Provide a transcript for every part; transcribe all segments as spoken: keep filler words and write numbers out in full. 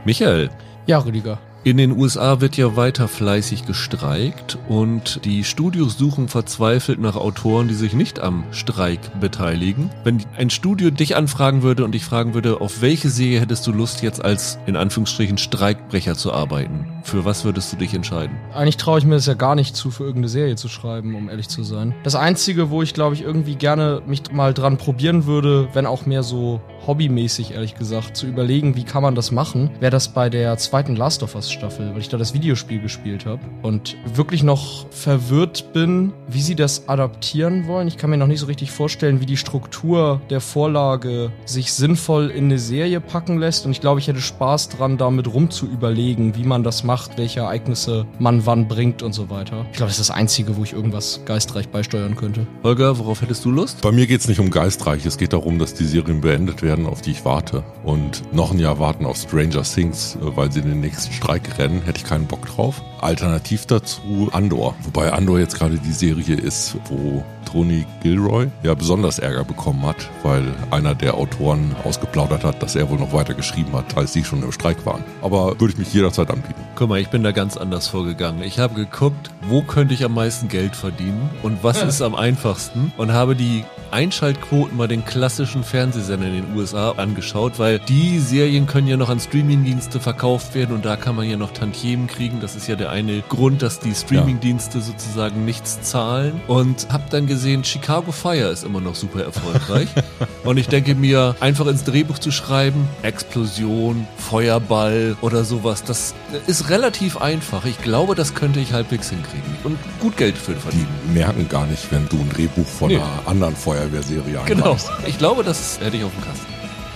Michael. Ja, Rüdiger. In den U S A wird ja weiter fleißig gestreikt und die Studios suchen verzweifelt nach Autoren, die sich nicht am Streik beteiligen. Wenn ein Studio dich anfragen würde und dich fragen würde, auf welche Serie hättest du Lust jetzt als, in Anführungsstrichen, Streikbrecher zu arbeiten? Für was würdest du dich entscheiden? Eigentlich traue ich mir das ja gar nicht zu, für irgendeine Serie zu schreiben, um ehrlich zu sein. Das Einzige, wo ich, glaube ich, irgendwie gerne mich mal dran probieren würde, wenn auch mehr so hobbymäßig, ehrlich gesagt, zu überlegen, wie kann man das machen, wäre das bei der zweiten Last of Us Staffel, weil ich da das Videospiel gespielt habe und wirklich noch verwirrt bin, wie sie das adaptieren wollen. Ich kann mir noch nicht so richtig vorstellen, wie die Struktur der Vorlage sich sinnvoll in eine Serie packen lässt und ich glaube, ich hätte Spaß dran, damit rumzuüberlegen, wie man das macht, welche Ereignisse man wann bringt und so weiter. Ich glaube, das ist das Einzige, wo ich irgendwas geistreich beisteuern könnte. Holger, worauf hättest du Lust? Bei mir geht es nicht um geistreich, es geht darum, dass die Serien beendet werden, auf die ich warte. Und noch ein Jahr warten auf Stranger Things, weil sie den nächsten Streik rennen, hätte ich keinen Bock drauf. Alternativ dazu Andor. Wobei Andor jetzt gerade die Serie ist, wo Tony Gilroy ja besonders Ärger bekommen hat, weil einer der Autoren ausgeplaudert hat, dass er wohl noch weiter geschrieben hat, als sie schon im Streik waren. Aber würde ich mich jederzeit anbieten. Guck mal, ich bin da ganz anders vorgegangen. Ich habe geguckt, wo könnte ich am meisten Geld verdienen und was ist am einfachsten und habe die Einschaltquoten bei den klassischen Fernsehsendern in den U S A angeschaut, weil die Serien können ja noch an Streamingdienste verkauft werden und da kann man ja noch Tantiemen kriegen. Das ist ja der eine Grund, dass die Streamingdienste ja. sozusagen nichts zahlen. Und hab dann gesehen, Chicago Fire ist immer noch super erfolgreich. Und ich denke mir, einfach ins Drehbuch zu schreiben, Explosion, Feuerball oder sowas, das ist relativ einfach. Ich glaube, das könnte ich halbwegs hinkriegen und gut Geld für verdienen. Die merken gar nicht, wenn du ein Drehbuch von nee. einer anderen Feuerwehrserie einmachst. Genau, ich glaube, das hätte ich auf dem Kasten.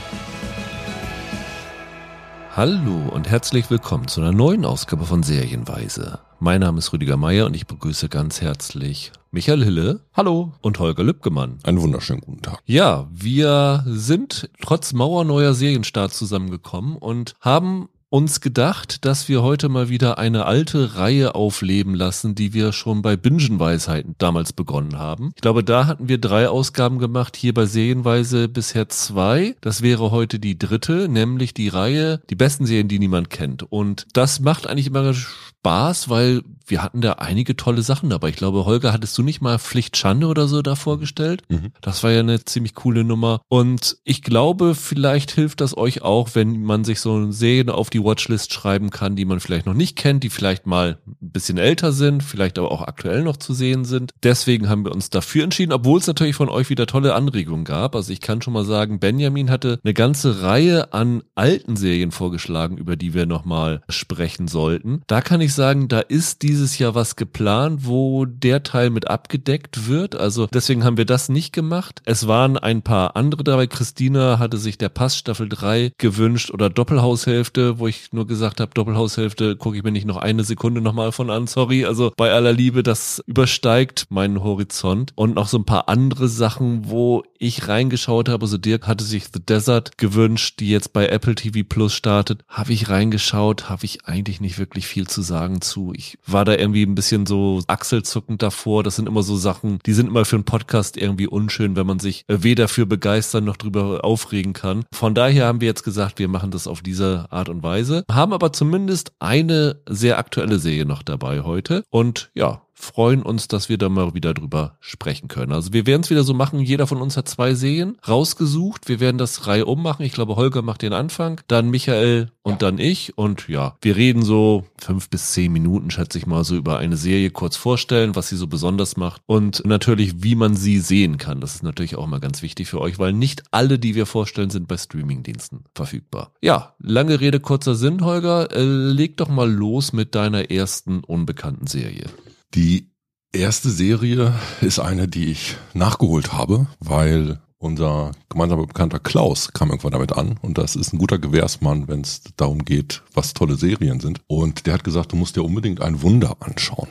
Hallo und herzlich willkommen zu einer neuen Ausgabe von Serienweise. Mein Name ist Rüdiger Meier und ich begrüße ganz herzlich Michael Hille. Hallo. Und Holger Lübgemann. Einen wunderschönen guten Tag. Ja, wir sind trotz mauerneuer Serienstart zusammengekommen und haben uns gedacht, dass wir heute mal wieder eine alte Reihe aufleben lassen, die wir schon bei Bingenweisheiten damals begonnen haben. Ich glaube, da hatten wir drei Ausgaben gemacht, hier bei Serienweise bisher zwei. Das wäre heute die dritte, nämlich die Reihe Die besten Serien, die niemand kennt. Und das macht eigentlich immer Spaß, weil wir hatten da einige tolle Sachen dabei. Ich glaube, Holger, hattest du nicht mal Pflicht Schande oder so da vorgestellt? Mhm. Das war ja eine ziemlich coole Nummer. Und ich glaube, vielleicht hilft das euch auch, wenn man sich so Serien auf die Watchlist schreiben kann, die man vielleicht noch nicht kennt, die vielleicht mal ein bisschen älter sind, vielleicht aber auch aktuell noch zu sehen sind. Deswegen haben wir uns dafür entschieden, obwohl es natürlich von euch wieder tolle Anregungen gab. Also ich kann schon mal sagen, Benjamin hatte eine ganze Reihe an alten Serien vorgeschlagen, über die wir nochmal sprechen sollten. Da kann ich sagen, da ist dieses Jahr was geplant, wo der Teil mit abgedeckt wird. Also deswegen haben wir das nicht gemacht. Es waren ein paar andere dabei. Christina hatte sich der Pass Staffel drei gewünscht oder Doppelhaushälfte, wo ich nur gesagt habe, Doppelhaushälfte gucke ich mir nicht noch eine Sekunde nochmal von an, sorry. Also bei aller Liebe, das übersteigt meinen Horizont. Und noch so ein paar andere Sachen, wo ich reingeschaut habe. Also Dirk hatte sich The Desert gewünscht, die jetzt bei Apple T V Plus startet. Habe ich reingeschaut, habe ich eigentlich nicht wirklich viel zu sagen zu. Ich war da irgendwie ein bisschen so achselzuckend davor. Das sind immer so Sachen, die sind immer für einen Podcast irgendwie unschön, wenn man sich weder für begeistern noch drüber aufregen kann. Von daher haben wir jetzt gesagt, wir machen das auf diese Art und Weise. Haben aber zumindest eine sehr aktuelle Serie noch dabei heute. Und ja, freuen uns, dass wir da mal wieder drüber sprechen können. Also wir werden es wieder so machen, jeder von uns hat zwei Serien rausgesucht. Wir werden das Reihe ummachen. Ich glaube, Holger macht den Anfang, dann Michael und ja. dann ich. Und ja, wir reden so fünf bis zehn Minuten, schätze ich mal, so über eine Serie kurz vorstellen, was sie so besonders macht und natürlich, wie man sie sehen kann. Das ist natürlich auch mal ganz wichtig für euch, weil nicht alle, die wir vorstellen, sind bei Streamingdiensten verfügbar. Ja, lange Rede, kurzer Sinn, Holger. Äh, leg doch mal los mit deiner ersten unbekannten Serie. Die erste Serie ist eine, die ich nachgeholt habe, weil unser gemeinsamer Bekannter Klaus kam irgendwann damit an und das ist ein guter Gewährsmann, wenn es darum geht, was tolle Serien sind. Und der hat gesagt, du musst dir unbedingt ein Wunder anschauen.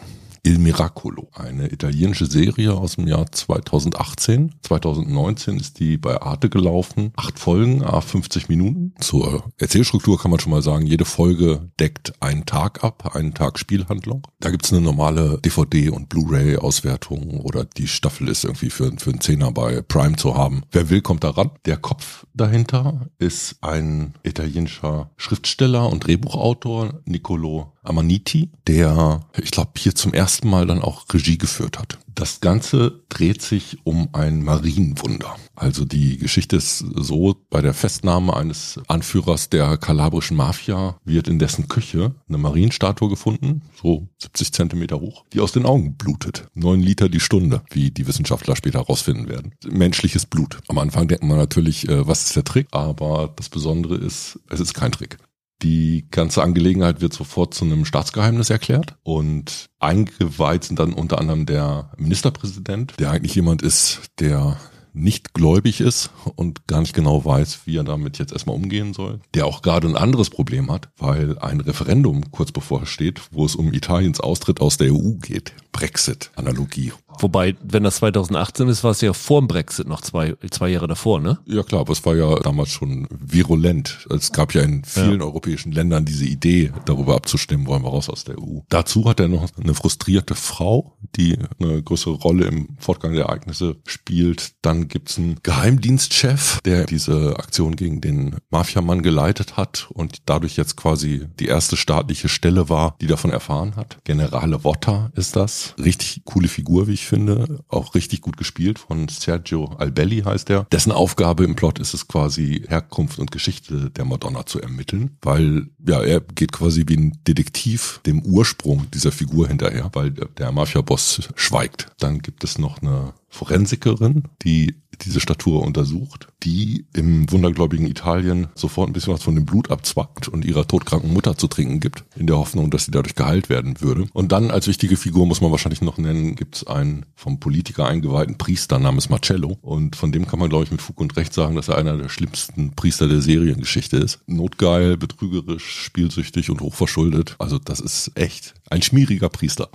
Il Miracolo, eine italienische Serie aus dem Jahr zweitausendachtzehn. zweitausendneunzehn ist die bei Arte gelaufen. Acht Folgen, à fünfzig Minuten. Zur Erzählstruktur kann man schon mal sagen, jede Folge deckt einen Tag ab, einen Tag Spielhandlung. Da gibt's eine normale D V D- und Blu-ray-Auswertung oder die Staffel ist irgendwie für, für einen Zehner bei Prime zu haben. Wer will, kommt da ran. Der Kopf dahinter ist ein italienischer Schriftsteller und Drehbuchautor, Niccolo Amaniti, der, ich glaube, hier zum ersten Mal dann auch Regie geführt hat. Das Ganze dreht sich um ein Marienwunder. Also die Geschichte ist so, bei der Festnahme eines Anführers der kalabrischen Mafia wird in dessen Küche eine Marienstatue gefunden, so siebzig Zentimeter hoch, die aus den Augen blutet. Neun Liter die Stunde, wie die Wissenschaftler später herausfinden werden. Menschliches Blut. Am Anfang denkt man natürlich, was ist der Trick? Aber das Besondere ist, es ist kein Trick. Die ganze Angelegenheit wird sofort zu einem Staatsgeheimnis erklärt und eingeweiht sind dann unter anderem der Ministerpräsident, der eigentlich jemand ist, der nicht gläubig ist und gar nicht genau weiß, wie er damit jetzt erstmal umgehen soll. Der auch gerade ein anderes Problem hat, weil ein Referendum kurz bevor steht, wo es um Italiens Austritt aus der E U geht. Brexit-Analogie. Wobei, wenn das zweitausendachtzehn ist, war es ja vor dem Brexit noch zwei, zwei Jahre davor, ne? Ja klar, aber es war ja damals schon virulent. Es gab ja in vielen ja. europäischen Ländern diese Idee, darüber abzustimmen, wollen wir raus aus der E U. Dazu hat er noch eine frustrierte Frau, die eine größere Rolle im Fortgang der Ereignisse spielt. Dann gibt's einen Geheimdienstchef, der diese Aktion gegen den Mafiamann geleitet hat und dadurch jetzt quasi die erste staatliche Stelle war, die davon erfahren hat. Generale Rotta ist das. Richtig coole Figur, wie ich finde. Auch richtig gut gespielt von Sergio Albelli heißt er. Dessen Aufgabe im Plot ist es quasi, Herkunft und Geschichte der Madonna zu ermitteln, weil ja er geht quasi wie ein Detektiv dem Ursprung dieser Figur hinterher, weil der Mafia-Boss schweigt. Dann gibt es noch eine Forensikerin, die diese Statue untersucht, die im wundergläubigen Italien sofort ein bisschen was von dem Blut abzwackt und ihrer todkranken Mutter zu trinken gibt, in der Hoffnung, dass sie dadurch geheilt werden würde. Und dann als wichtige Figur, muss man wahrscheinlich noch nennen, gibt es einen vom Politiker eingeweihten Priester namens Marcello. Und von dem kann man, glaube ich, mit Fug und Recht sagen, dass er einer der schlimmsten Priester der Seriengeschichte ist. Notgeil, betrügerisch, spielsüchtig und hochverschuldet. Also das ist echt ein schmieriger Priester.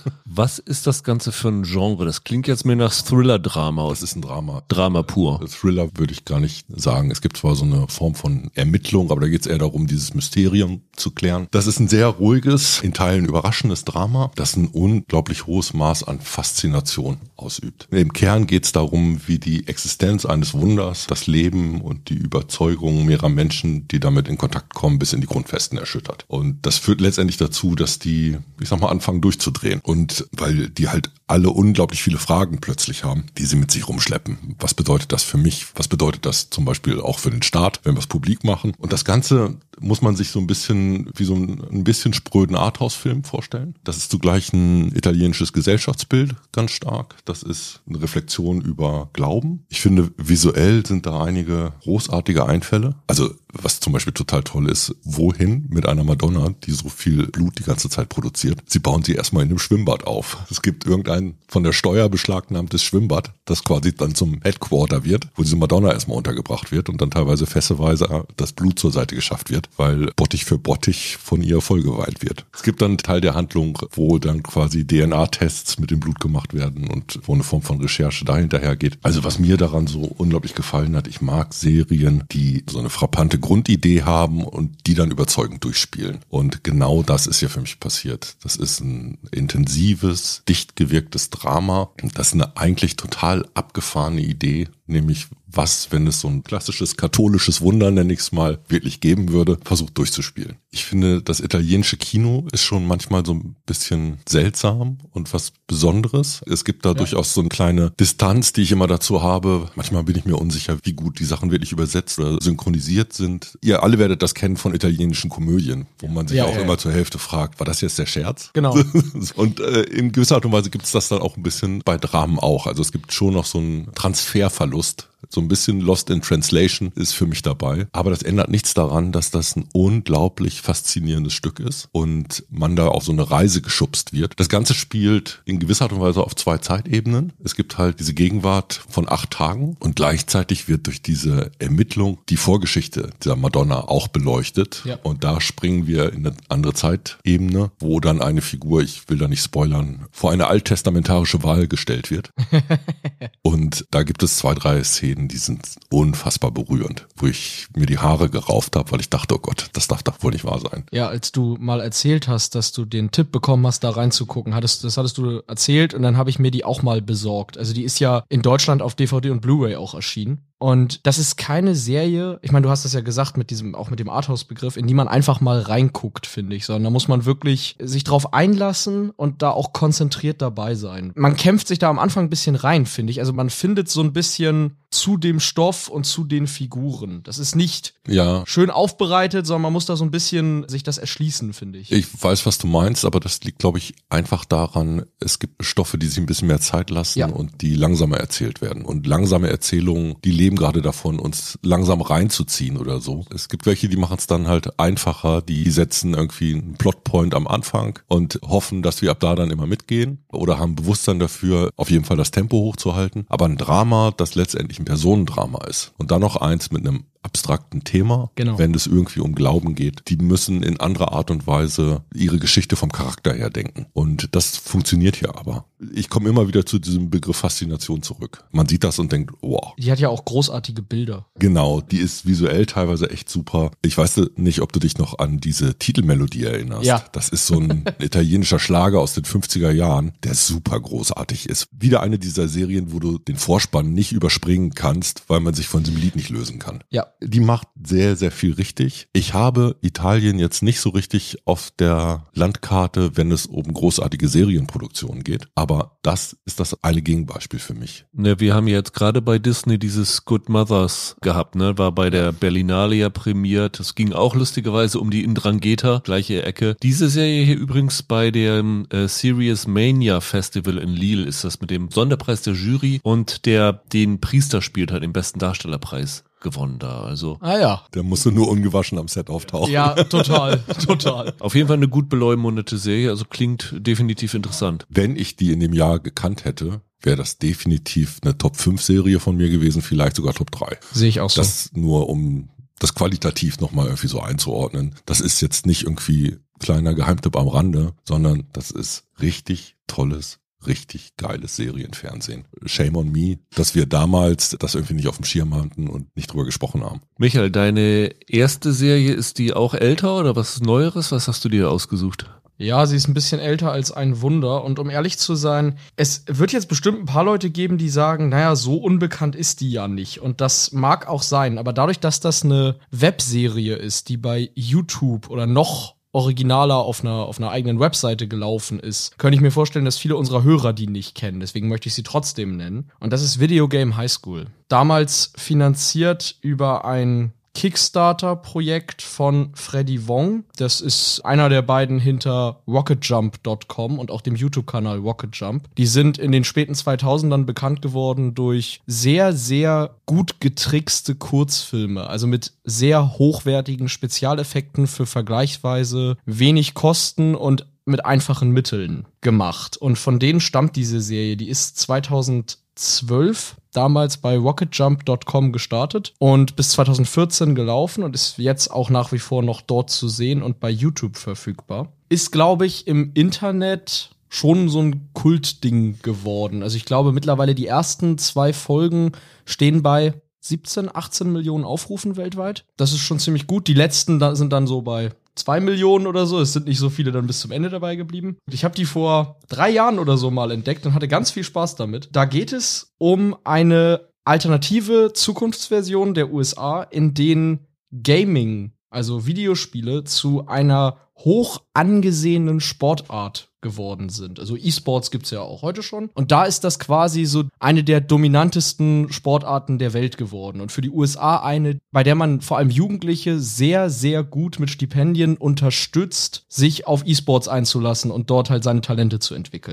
Was ist das Ganze für ein Genre? Das klingt jetzt mehr nach Thriller-Drama. Das ist ein Drama. Drama pur. Thriller würde ich gar nicht sagen. Es gibt zwar so eine Form von Ermittlung, aber da geht es eher darum, dieses Mysterium zu klären. Das ist ein sehr ruhiges, in Teilen überraschendes Drama, das ein unglaublich hohes Maß an Faszination ausübt. Im Kern geht es darum, wie die Existenz eines Wunders, das Leben und die Überzeugung mehrerer Menschen, die damit in Kontakt kommen, bis in die Grundfesten erschüttert. Und das führt letztendlich dazu, dass die, ich sag mal, anfangen durchzudrehen. Und weil die halt alle unglaublich viele Fragen plötzlich haben, die sie mit sich rumschleppen. Was bedeutet das für mich? Was bedeutet das zum Beispiel auch für den Staat, wenn wir es publik machen? Und das Ganze muss man sich so ein bisschen wie so ein, ein bisschen spröden Arthouse-Film vorstellen. Das ist zugleich ein italienisches Gesellschaftsbild, ganz stark. Das ist eine Reflexion über Glauben. Ich finde, visuell sind da einige großartige Einfälle. Also was zum Beispiel total toll ist, wohin mit einer Madonna, die so viel Blut die ganze Zeit produziert? Sie bauen sie erstmal in einem Schwimmbad auf. Es gibt irgendein von der Steuer beschlagnahmtes Schwimmbad, das quasi dann zum Headquarter wird, wo diese Madonna erstmal untergebracht wird und dann teilweise fässeweise das Blut zur Seite geschafft wird, weil Bottich für Bottich von ihr vollgeweint wird. Es gibt dann einen Teil der Handlung, wo dann quasi D N A-Tests mit dem Blut gemacht werden und wo eine Form von Recherche dahinterher geht. Also was mir daran so unglaublich gefallen hat, ich mag Serien, die so eine frappante Grundidee haben und die dann überzeugend durchspielen. Und genau das ist ja für mich passiert. Das ist ein intensives, dicht gewirktes Drama. Das ist eine eigentlich total abgefahrene Idee, nämlich was, wenn es so ein klassisches katholisches Wunder, nenne ich es mal, wirklich geben würde, versucht durchzuspielen. Ich finde, das italienische Kino ist schon manchmal so ein bisschen seltsam und was Besonderes. Es gibt da ja. durchaus so eine kleine Distanz, die ich immer dazu habe. Manchmal bin ich mir unsicher, wie gut die Sachen wirklich übersetzt oder synchronisiert sind. Ihr alle werdet das kennen von italienischen Komödien, wo man sich ja, auch ja. immer zur Hälfte fragt, war das jetzt der Scherz? Genau. Und äh, in gewisser Art und Weise gibt es das dann auch ein bisschen bei Dramen auch. Also es gibt schon noch so einen Transferverlust So ein bisschen Lost in Translation ist für mich dabei. Aber das ändert nichts daran, dass das ein unglaublich faszinierendes Stück ist und man da auf so eine Reise geschubst wird. Das Ganze spielt in gewisser Art und Weise auf zwei Zeitebenen. Es gibt halt diese Gegenwart von acht Tagen und gleichzeitig wird durch diese Ermittlung die Vorgeschichte dieser Madonna auch beleuchtet. Ja. Und da springen wir in eine andere Zeitebene, wo dann eine Figur, ich will da nicht spoilern, vor eine alttestamentarische Wahl gestellt wird. Und da gibt es zwei, drei Szenen, die sind unfassbar berührend, wo ich mir die Haare gerauft habe, weil ich dachte, oh Gott, das darf doch wohl nicht wahr sein. Ja, als du mal erzählt hast, dass du den Tipp bekommen hast, da reinzugucken, hattest, das hattest du erzählt und dann habe ich mir die auch mal besorgt. Also die ist ja in Deutschland auf D V D und Blu-ray auch erschienen. Und das ist keine Serie, ich meine, du hast das ja gesagt mit diesem, auch mit dem Arthouse-Begriff, in die man einfach mal reinguckt, finde ich, sondern da muss man wirklich sich drauf einlassen und da auch konzentriert dabei sein. Man kämpft sich da am Anfang ein bisschen rein, finde ich. Also man findet so ein bisschen zu dem Stoff und zu den Figuren. Das ist nicht ja. schön aufbereitet, sondern man muss da so ein bisschen sich das erschließen, finde ich. Ich weiß, was du meinst, aber das liegt, glaube ich, einfach daran, es gibt Stoffe, die sich ein bisschen mehr Zeit lassen ja. und die langsamer erzählt werden. Und langsame Erzählungen, die leben gerade davon, uns langsam reinzuziehen oder so. Es gibt welche, die machen es dann halt einfacher, die setzen irgendwie einen Plotpoint am Anfang und hoffen, dass wir ab da dann immer mitgehen oder haben Bewusstsein dafür, auf jeden Fall das Tempo hochzuhalten. Aber ein Drama, das letztendlich ein Personendrama ist und dann noch eins mit einem abstrakten Thema, genau. wenn es irgendwie um Glauben geht, die müssen in anderer Art und Weise ihre Geschichte vom Charakter her denken. Und das funktioniert hier aber. Ich komme immer wieder zu diesem Begriff Faszination zurück. Man sieht das und denkt, wow. Die hat ja auch großartige Bilder. Genau, die ist visuell teilweise echt super. Ich weiß nicht, ob du dich noch an diese Titelmelodie erinnerst. Ja. Das ist so ein italienischer Schlager aus den fünfziger Jahren, der super großartig ist. Wieder eine dieser Serien, wo du den Vorspann nicht überspringen kannst, weil man sich von diesem Lied nicht lösen kann. Ja. Die macht sehr, sehr viel richtig. Ich habe Italien jetzt nicht so richtig auf der Landkarte, wenn es um großartige Serienproduktionen geht. Aber das ist das eine Gegenbeispiel für mich. Ne, wir haben jetzt gerade bei Disney dieses Good Mothers gehabt, ne? War bei der Berlinale ja prämiert. Es ging auch lustigerweise um die Ndrangheta, gleiche Ecke. Diese Serie hier übrigens bei dem äh, Serious Mania Festival in Lille ist das mit dem Sonderpreis der Jury und der den Priester spielt, hat den besten Darstellerpreis gewonnen da, also. Ah ja. Der musste nur ungewaschen am Set auftauchen. Ja, total, total. Auf jeden Fall eine gut beleumundete Serie, also klingt definitiv interessant. Wenn ich die in dem Jahr gekannt hätte, wäre das definitiv eine Top fünf Serie von mir gewesen, vielleicht sogar Top drei. Sehe ich auch so. Das nur, um das qualitativ nochmal irgendwie so einzuordnen. Das ist jetzt nicht irgendwie kleiner Geheimtipp am Rande, sondern das ist richtig tolles, richtig geiles Serienfernsehen. Shame on me, dass wir damals das irgendwie nicht auf dem Schirm hatten und nicht drüber gesprochen haben. Michael, deine erste Serie, ist die auch älter oder was Neueres? Was hast du dir ausgesucht? Ja, sie ist ein bisschen älter als ein Wunder und um ehrlich zu sein, es wird jetzt bestimmt ein paar Leute geben, die sagen, naja, so unbekannt ist die ja nicht und das mag auch sein, aber dadurch, dass das eine Webserie ist, die bei YouTube oder noch originaler auf einer, auf einer eigenen Webseite gelaufen ist, könnte ich mir vorstellen, dass viele unserer Hörer die nicht kennen. Deswegen möchte ich sie trotzdem nennen. Und das ist Video Game High School. Damals finanziert über ein Kickstarter-Projekt von Freddy Wong. Das ist einer der beiden hinter rocket jump Punkt com und auch dem YouTube-Kanal Rocket Jump. Die sind in den späten zweitausendern bekannt geworden durch sehr, sehr gut getrickste Kurzfilme. Also mit sehr hochwertigen Spezialeffekten für vergleichsweise wenig Kosten und mit einfachen Mitteln gemacht. Und von denen stammt diese Serie. Die ist zweitausendzwölf damals bei rocket jump Punkt com gestartet und bis zweitausendvierzehn gelaufen und ist jetzt auch nach wie vor noch dort zu sehen und bei YouTube verfügbar. Ist, glaube ich, im Internet schon so ein Kultding geworden. Also ich glaube mittlerweile die ersten zwei Folgen stehen bei siebzehn, achtzehn Millionen Aufrufen weltweit. Das ist schon ziemlich gut. Die letzten da sind dann so bei zwei Millionen oder so. Es sind nicht so viele dann bis zum Ende dabei geblieben. Ich habe die vor drei Jahren oder so mal entdeckt und hatte ganz viel Spaß damit. Da geht es um eine alternative Zukunftsversion der U S A, in denen Gaming, also Videospiele, zu einer hoch angesehenen Sportart geworden sind. Also E-Sports gibt's ja auch heute schon. Und da ist das quasi so eine der dominantesten Sportarten der Welt geworden. Und für die U S A eine, bei der man vor allem Jugendliche sehr, sehr gut mit Stipendien unterstützt, sich auf E-Sports einzulassen und dort halt seine Talente zu entwickeln.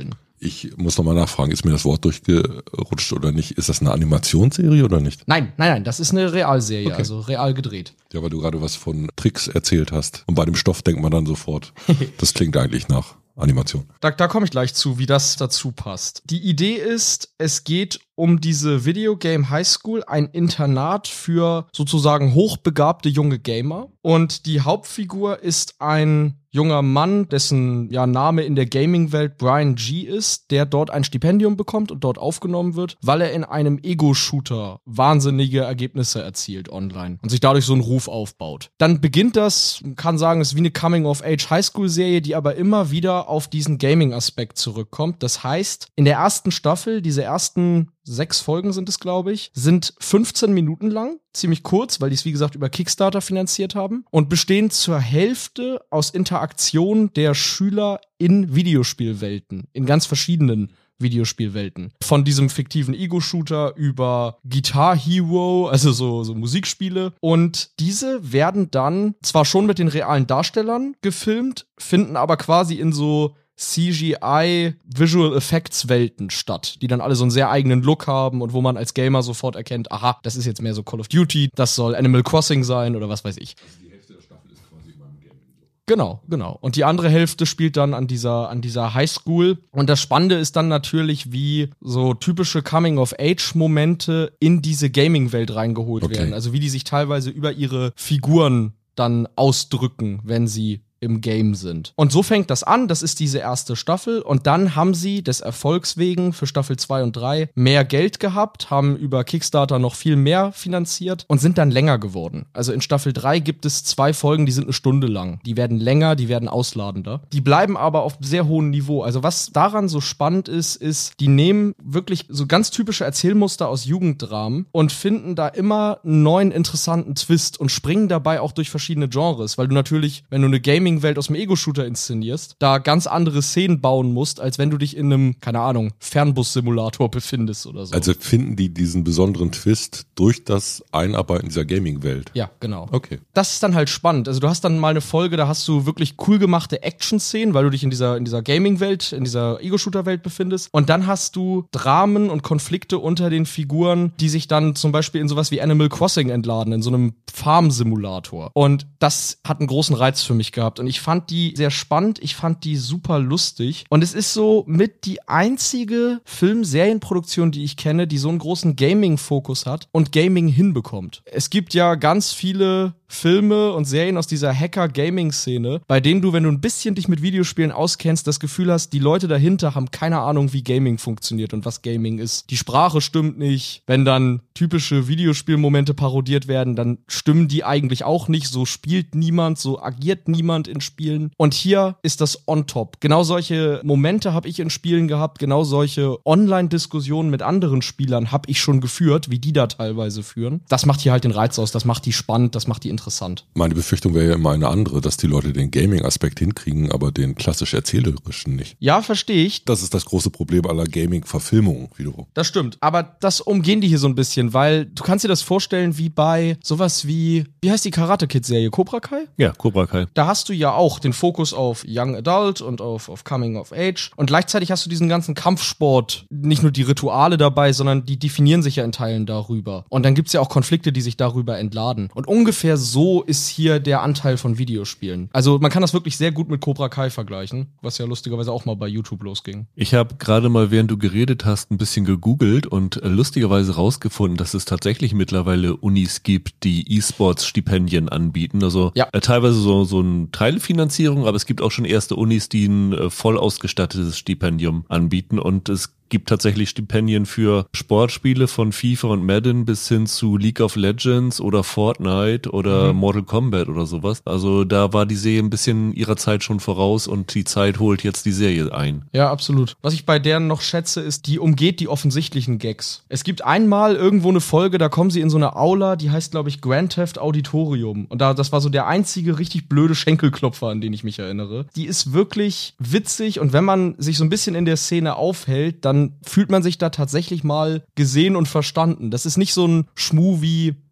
Ich muss nochmal nachfragen, ist mir das Wort durchgerutscht oder nicht? Ist das eine Animationsserie oder nicht? Nein, nein, nein, das ist eine Realserie, Okay. also real gedreht. Ja, weil du gerade was von Tricks erzählt hast. Und bei dem Stoff denkt man dann sofort, das klingt eigentlich nach Animation. Da, da komme ich gleich zu, wie das dazu passt. Die Idee ist, es geht um diese Videogame High School, ein Internat für sozusagen hochbegabte junge Gamer. Und die Hauptfigur ist ein junger Mann, dessen ja, Name in der Gaming-Welt Brian G. ist, der dort ein Stipendium bekommt und dort aufgenommen wird, weil er in einem Ego-Shooter wahnsinnige Ergebnisse erzielt online und sich dadurch so einen Ruf aufbaut. Dann beginnt das, man kann sagen, es ist wie eine Coming-of-Age-Highschool-Serie, die aber immer wieder auf diesen Gaming-Aspekt zurückkommt. Das heißt, in der ersten Staffel, diese ersten sechs Folgen sind es, glaube ich, sind fünfzehn Minuten lang, ziemlich kurz, weil die es, wie gesagt, über Kickstarter finanziert haben und bestehen zur Hälfte aus Interaktion der Schüler in Videospielwelten, in ganz verschiedenen Videospielwelten. Von diesem fiktiven Ego-Shooter über Guitar Hero, also so, so Musikspiele. Und diese werden dann zwar schon mit den realen Darstellern gefilmt, finden aber quasi in so C G I Visual Effects Welten statt, die dann alle so einen sehr eigenen Look haben und wo man als Gamer sofort erkennt, aha, das ist jetzt mehr so Call of Duty, das soll Animal Crossing sein oder was weiß ich. Also die Hälfte der Staffel ist quasi immer im Gaming. Genau, genau. Und die andere Hälfte spielt dann an dieser, an dieser Highschool. Und das Spannende ist dann natürlich, wie so typische Coming-of-Age-Momente in diese Gaming-Welt reingeholt Okay. werden. Also wie die sich teilweise über ihre Figuren dann ausdrücken, wenn sie im Game sind. Und so fängt das an, das ist diese erste Staffel und dann haben sie des Erfolgs wegen für Staffel zwei und drei mehr Geld gehabt, haben über Kickstarter noch viel mehr finanziert und sind dann länger geworden. Also in Staffel drei gibt es zwei Folgen, die sind eine Stunde lang. Die werden länger, die werden ausladender. Die bleiben aber auf sehr hohem Niveau. Also was daran so spannend ist, ist, die nehmen wirklich so ganz typische Erzählmuster aus Jugenddramen und finden da immer einen neuen interessanten Twist und springen dabei auch durch verschiedene Genres, weil du natürlich, wenn du eine Gaming Welt aus dem Ego-Shooter inszenierst, da ganz andere Szenen bauen musst, als wenn du dich in einem, keine Ahnung, Fernbus-Simulator befindest oder so. Also finden die diesen besonderen Twist durch das Einarbeiten dieser Gaming-Welt? Ja, genau. Okay. Das ist dann halt spannend. Also du hast dann mal eine Folge, da hast du wirklich cool gemachte Action-Szenen, weil du dich in dieser, in dieser Gaming-Welt, in dieser Ego-Shooter-Welt befindest. Und dann hast du Dramen und Konflikte unter den Figuren, die sich dann zum Beispiel in sowas wie Animal Crossing entladen, in so einem Farm-Simulator. Und das hat einen großen Reiz für mich gehabt. Und ich fand die sehr spannend, ich fand die super lustig. Und es ist so mit die einzige Film-Serienproduktion, die ich kenne, die so einen großen Gaming-Fokus hat und Gaming hinbekommt. Es gibt ja ganz viele Filme und Serien aus dieser Hacker-Gaming-Szene, bei denen du, wenn du ein bisschen dich mit Videospielen auskennst, das Gefühl hast, die Leute dahinter haben keine Ahnung, wie Gaming funktioniert und was Gaming ist. Die Sprache stimmt nicht. Wenn dann typische Videospielmomente parodiert werden, dann stimmen die eigentlich auch nicht. So spielt niemand, so agiert niemand in Spielen. Und hier ist das on top. Genau solche Momente habe ich in Spielen gehabt, genau solche Online-Diskussionen mit anderen Spielern habe ich schon geführt, wie die da teilweise führen. Das macht hier halt den Reiz aus, das macht die spannend, das macht die interessant. Meine Befürchtung wäre ja immer eine andere, dass die Leute den Gaming-Aspekt hinkriegen, aber den klassisch erzählerischen nicht. Ja, verstehe ich. Das ist das große Problem aller Gaming-Verfilmungen wiederum. Das stimmt. Aber das umgehen die hier so ein bisschen, weil du kannst dir das vorstellen wie bei sowas wie, wie heißt die Karate-Kid-Serie? Cobra Kai? Ja, Cobra Kai. Da hast du ja auch den Fokus auf Young Adult und auf, auf Coming of Age. Und gleichzeitig hast du diesen ganzen Kampfsport, nicht nur die Rituale dabei, sondern die definieren sich ja in Teilen darüber. Und dann gibt's ja auch Konflikte, die sich darüber entladen. Und ungefähr so ist hier der Anteil von Videospielen. Also man kann das wirklich sehr gut mit Cobra Kai vergleichen, was ja lustigerweise auch mal bei YouTube losging. Ich habe gerade mal, während du geredet hast, ein bisschen gegoogelt und äh, lustigerweise rausgefunden, dass es tatsächlich mittlerweile Unis gibt, die E-Sports-Stipendien anbieten. Also Ja. äh, teilweise so, so eine Teilfinanzierung, aber es gibt auch schon erste Unis, die ein äh, voll ausgestattetes Stipendium anbieten und es gibt tatsächlich Stipendien für Sportspiele von FIFA und Madden bis hin zu League of Legends oder Fortnite oder Mhm. Mortal Kombat oder sowas. Also da war die Serie ein bisschen ihrer Zeit schon voraus und die Zeit holt jetzt die Serie ein. Ja, absolut. Was ich bei deren noch schätze, ist, die umgeht die offensichtlichen Gags. Es gibt einmal irgendwo eine Folge, da kommen sie in so eine Aula, die heißt, glaube ich, Grand Theft Auditorium. Und da, das war so der einzige richtig blöde Schenkelklopfer, an den ich mich erinnere. Die ist wirklich witzig und wenn man sich so ein bisschen in der Szene aufhält, dann fühlt man sich da tatsächlich mal gesehen und verstanden. Das ist nicht so ein Schmuh wie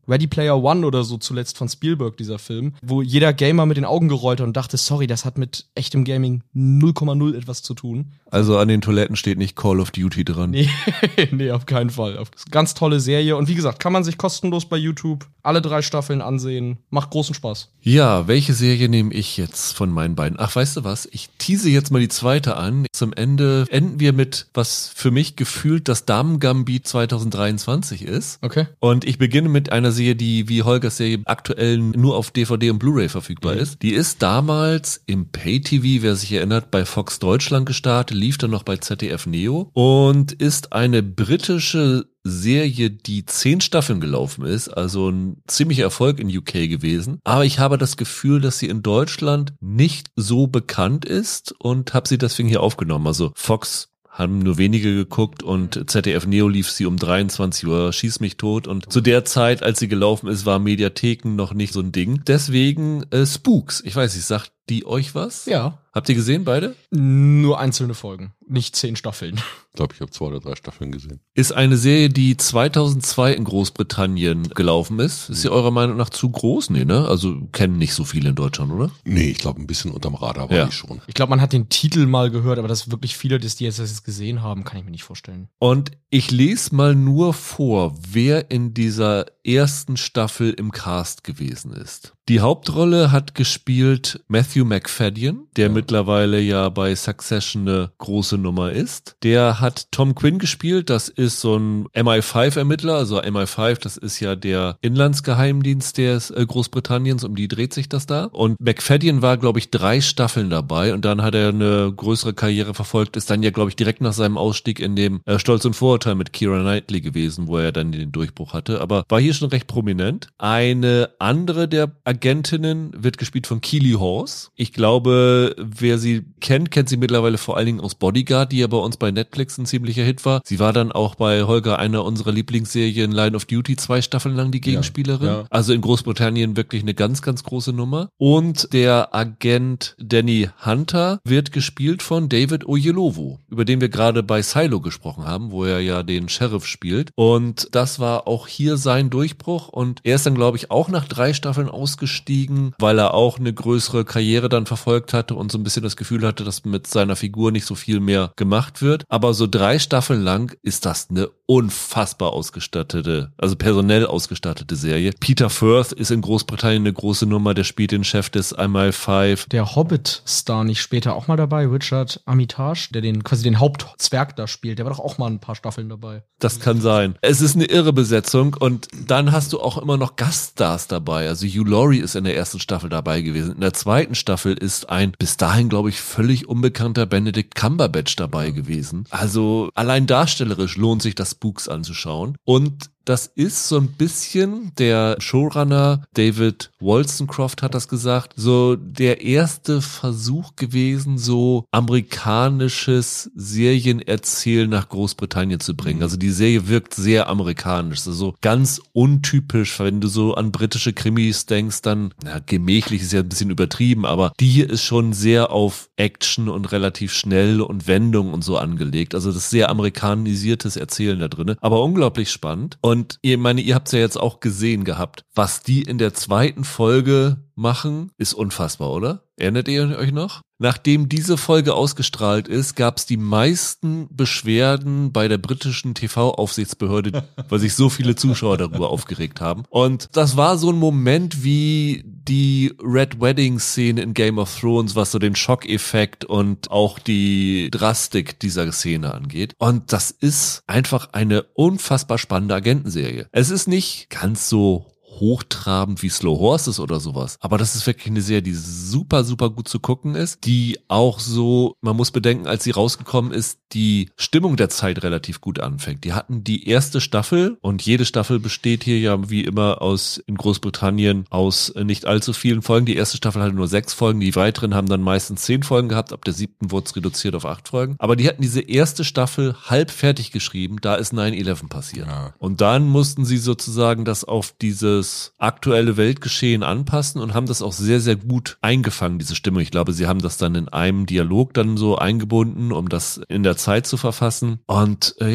Ready Player One oder so zuletzt von Spielberg, dieser Film, wo jeder Gamer mit den Augen gerollt hat und dachte, sorry, das hat mit echtem Gaming null Komma null etwas zu tun. Also an den Toiletten steht nicht Call of Duty dran. Nee, nee, auf keinen Fall. Ganz tolle Serie und wie gesagt, kann man sich kostenlos bei YouTube alle drei Staffeln ansehen. Macht großen Spaß. Ja, welche Serie nehme ich jetzt von meinen beiden? Ach, weißt du was? Ich tease jetzt mal die zweite an. Zum Ende enden wir mit, was für mich gefühlt das Damen-Gambit zwanzig dreiundzwanzig ist. Okay. Und ich beginne mit einer Serie, die wie Holgers Serie aktuell nur auf D V D und Blu-ray verfügbar mhm. ist. Die ist damals im Pay-T V, wer sich erinnert, bei Fox Deutschland gestartet, lief dann noch bei Z D F Neo und ist eine britische Serie, die zehn Staffeln gelaufen ist, also ein ziemlicher Erfolg in U K gewesen. Aber ich habe das Gefühl, dass sie in Deutschland nicht so bekannt ist und habe sie deswegen hier aufgenommen. Also Fox haben nur wenige geguckt und Z D F Neo lief sie um dreiundzwanzig Uhr, schieß mich tot. Und zu der Zeit, als sie gelaufen ist, war Mediatheken noch nicht so ein Ding. Deswegen äh, Spooks. Ich weiß nicht, sagt die euch was? Ja. Habt ihr gesehen, beide? Nur einzelne Folgen, nicht zehn Staffeln. Ich glaube, ich habe zwei oder drei Staffeln gesehen. Ist eine Serie, die zweitausendzwei in Großbritannien gelaufen ist. Ist sie eurer Meinung nach zu groß? Nee, ne? Also kennen nicht so viele in Deutschland, oder? Nee, ich glaube, ein bisschen unterm Radar war ja. die schon. Ich glaube, man hat den Titel mal gehört, aber dass wirklich viele, die jetzt das gesehen haben, kann ich mir nicht vorstellen. Und ich lese mal nur vor, wer in dieser ersten Staffel im Cast gewesen ist. Die Hauptrolle hat gespielt Matthew Macfadyen, der ja. mittlerweile ja bei Succession eine große Nummer ist. Der hat Tom Quinn gespielt, das ist so ein M I fünf Ermittler, also M I fünf, das ist ja der Inlandsgeheimdienst des äh, Großbritanniens, um die dreht sich das da. Und Macfadyen war, glaube ich, drei Staffeln dabei und dann hat er eine größere Karriere verfolgt, ist dann ja, glaube ich, direkt nach seinem Ausstieg in dem äh, Stolz und Vorurteil mit Keira Knightley gewesen, wo er dann den Durchbruch hatte, aber war hier schon recht prominent. Eine andere der Agentinnen wird gespielt von Keely Hawes. Ich glaube, wer sie kennt, kennt sie mittlerweile vor allen Dingen aus Bodyguard, die ja bei uns bei Netflix ein ziemlicher Hit war. Sie war dann auch bei Holger einer unserer Lieblingsserien Line of Duty zwei Staffeln lang die Gegenspielerin. Ja, ja. Also in Großbritannien wirklich eine ganz, ganz große Nummer. Und der Agent Danny Hunter wird gespielt von David Oyelowo, über den wir gerade bei Silo gesprochen haben, wo er ja den Sheriff spielt. Und das war auch hier sein Durchbruch. Und er ist dann, glaube ich, auch nach drei Staffeln ausgestiegen, weil er auch eine größere Karriere dann verfolgt hatte und so ein bisschen das Gefühl hatte, dass mit seiner Figur nicht so viel mehr gemacht wird. Aber so drei Staffeln lang ist das eine unfassbar ausgestattete, also personell ausgestattete Serie. Peter Firth ist in Großbritannien eine große Nummer, der spielt den Chef des M I fünf. Der Hobbit-Star nicht später auch mal dabei, Richard Armitage, der den quasi den Hauptzwerg da spielt, der war doch auch mal ein paar Staffeln dabei. Das kann sein. Es ist eine irre Besetzung und dann hast du auch immer noch Gaststars dabei. Also Hugh Laurie ist in der ersten Staffel dabei gewesen. In der zweiten Staffel ist ein bis dahin, glaube ich, völlig unbekannter Benedict Cumberbatch dabei gewesen. Also allein darstellerisch lohnt sich das Spooks anzuschauen. Und das ist so ein bisschen, der Showrunner David Wollstonecroft hat das gesagt, so der erste Versuch gewesen, so amerikanisches Serienerzählen nach Großbritannien zu bringen. Also die Serie wirkt sehr amerikanisch, also ganz untypisch, wenn du so an britische Krimis denkst, dann, na, gemächlich ist ja ein bisschen übertrieben, aber die hier ist schon sehr auf Action und relativ schnell und Wendung und so angelegt. Also das ist sehr amerikanisiertes Erzählen da drin, aber unglaublich spannend. Und Und ihr meine, ihr habt es ja jetzt auch gesehen gehabt. Was die in der zweiten Folge machen, ist unfassbar, oder? Erinnert ihr euch noch? Nachdem diese Folge ausgestrahlt ist, gab es die meisten Beschwerden bei der britischen T V-Aufsichtsbehörde, weil sich so viele Zuschauer darüber aufgeregt haben. Und das war so ein Moment wie die Red Wedding-Szene in Game of Thrones, was so den Schockeffekt und auch die Drastik dieser Szene angeht. Und das ist einfach eine unfassbar spannende Agentenserie. Es ist nicht ganz so hochtrabend wie Slow Horses oder sowas. Aber das ist wirklich eine Serie, die super, super gut zu gucken ist, die auch so, man muss bedenken, als sie rausgekommen ist, die Stimmung der Zeit relativ gut anfängt. Die hatten die erste Staffel und jede Staffel besteht hier ja wie immer aus, in Großbritannien, aus nicht allzu vielen Folgen. Die erste Staffel hatte nur sechs Folgen, die weiteren haben dann meistens zehn Folgen gehabt, ab der siebten wurde es reduziert auf acht Folgen. Aber die hatten diese erste Staffel halb fertig geschrieben, da ist nine eleven passiert. Ja. Und dann mussten sie sozusagen das auf diese aktuelle Weltgeschehen anpassen und haben das auch sehr, sehr gut eingefangen, diese Stimmung. Ich glaube, sie haben das dann in einem Dialog dann so eingebunden, um das in der Zeit zu verfassen. Und äh, ja,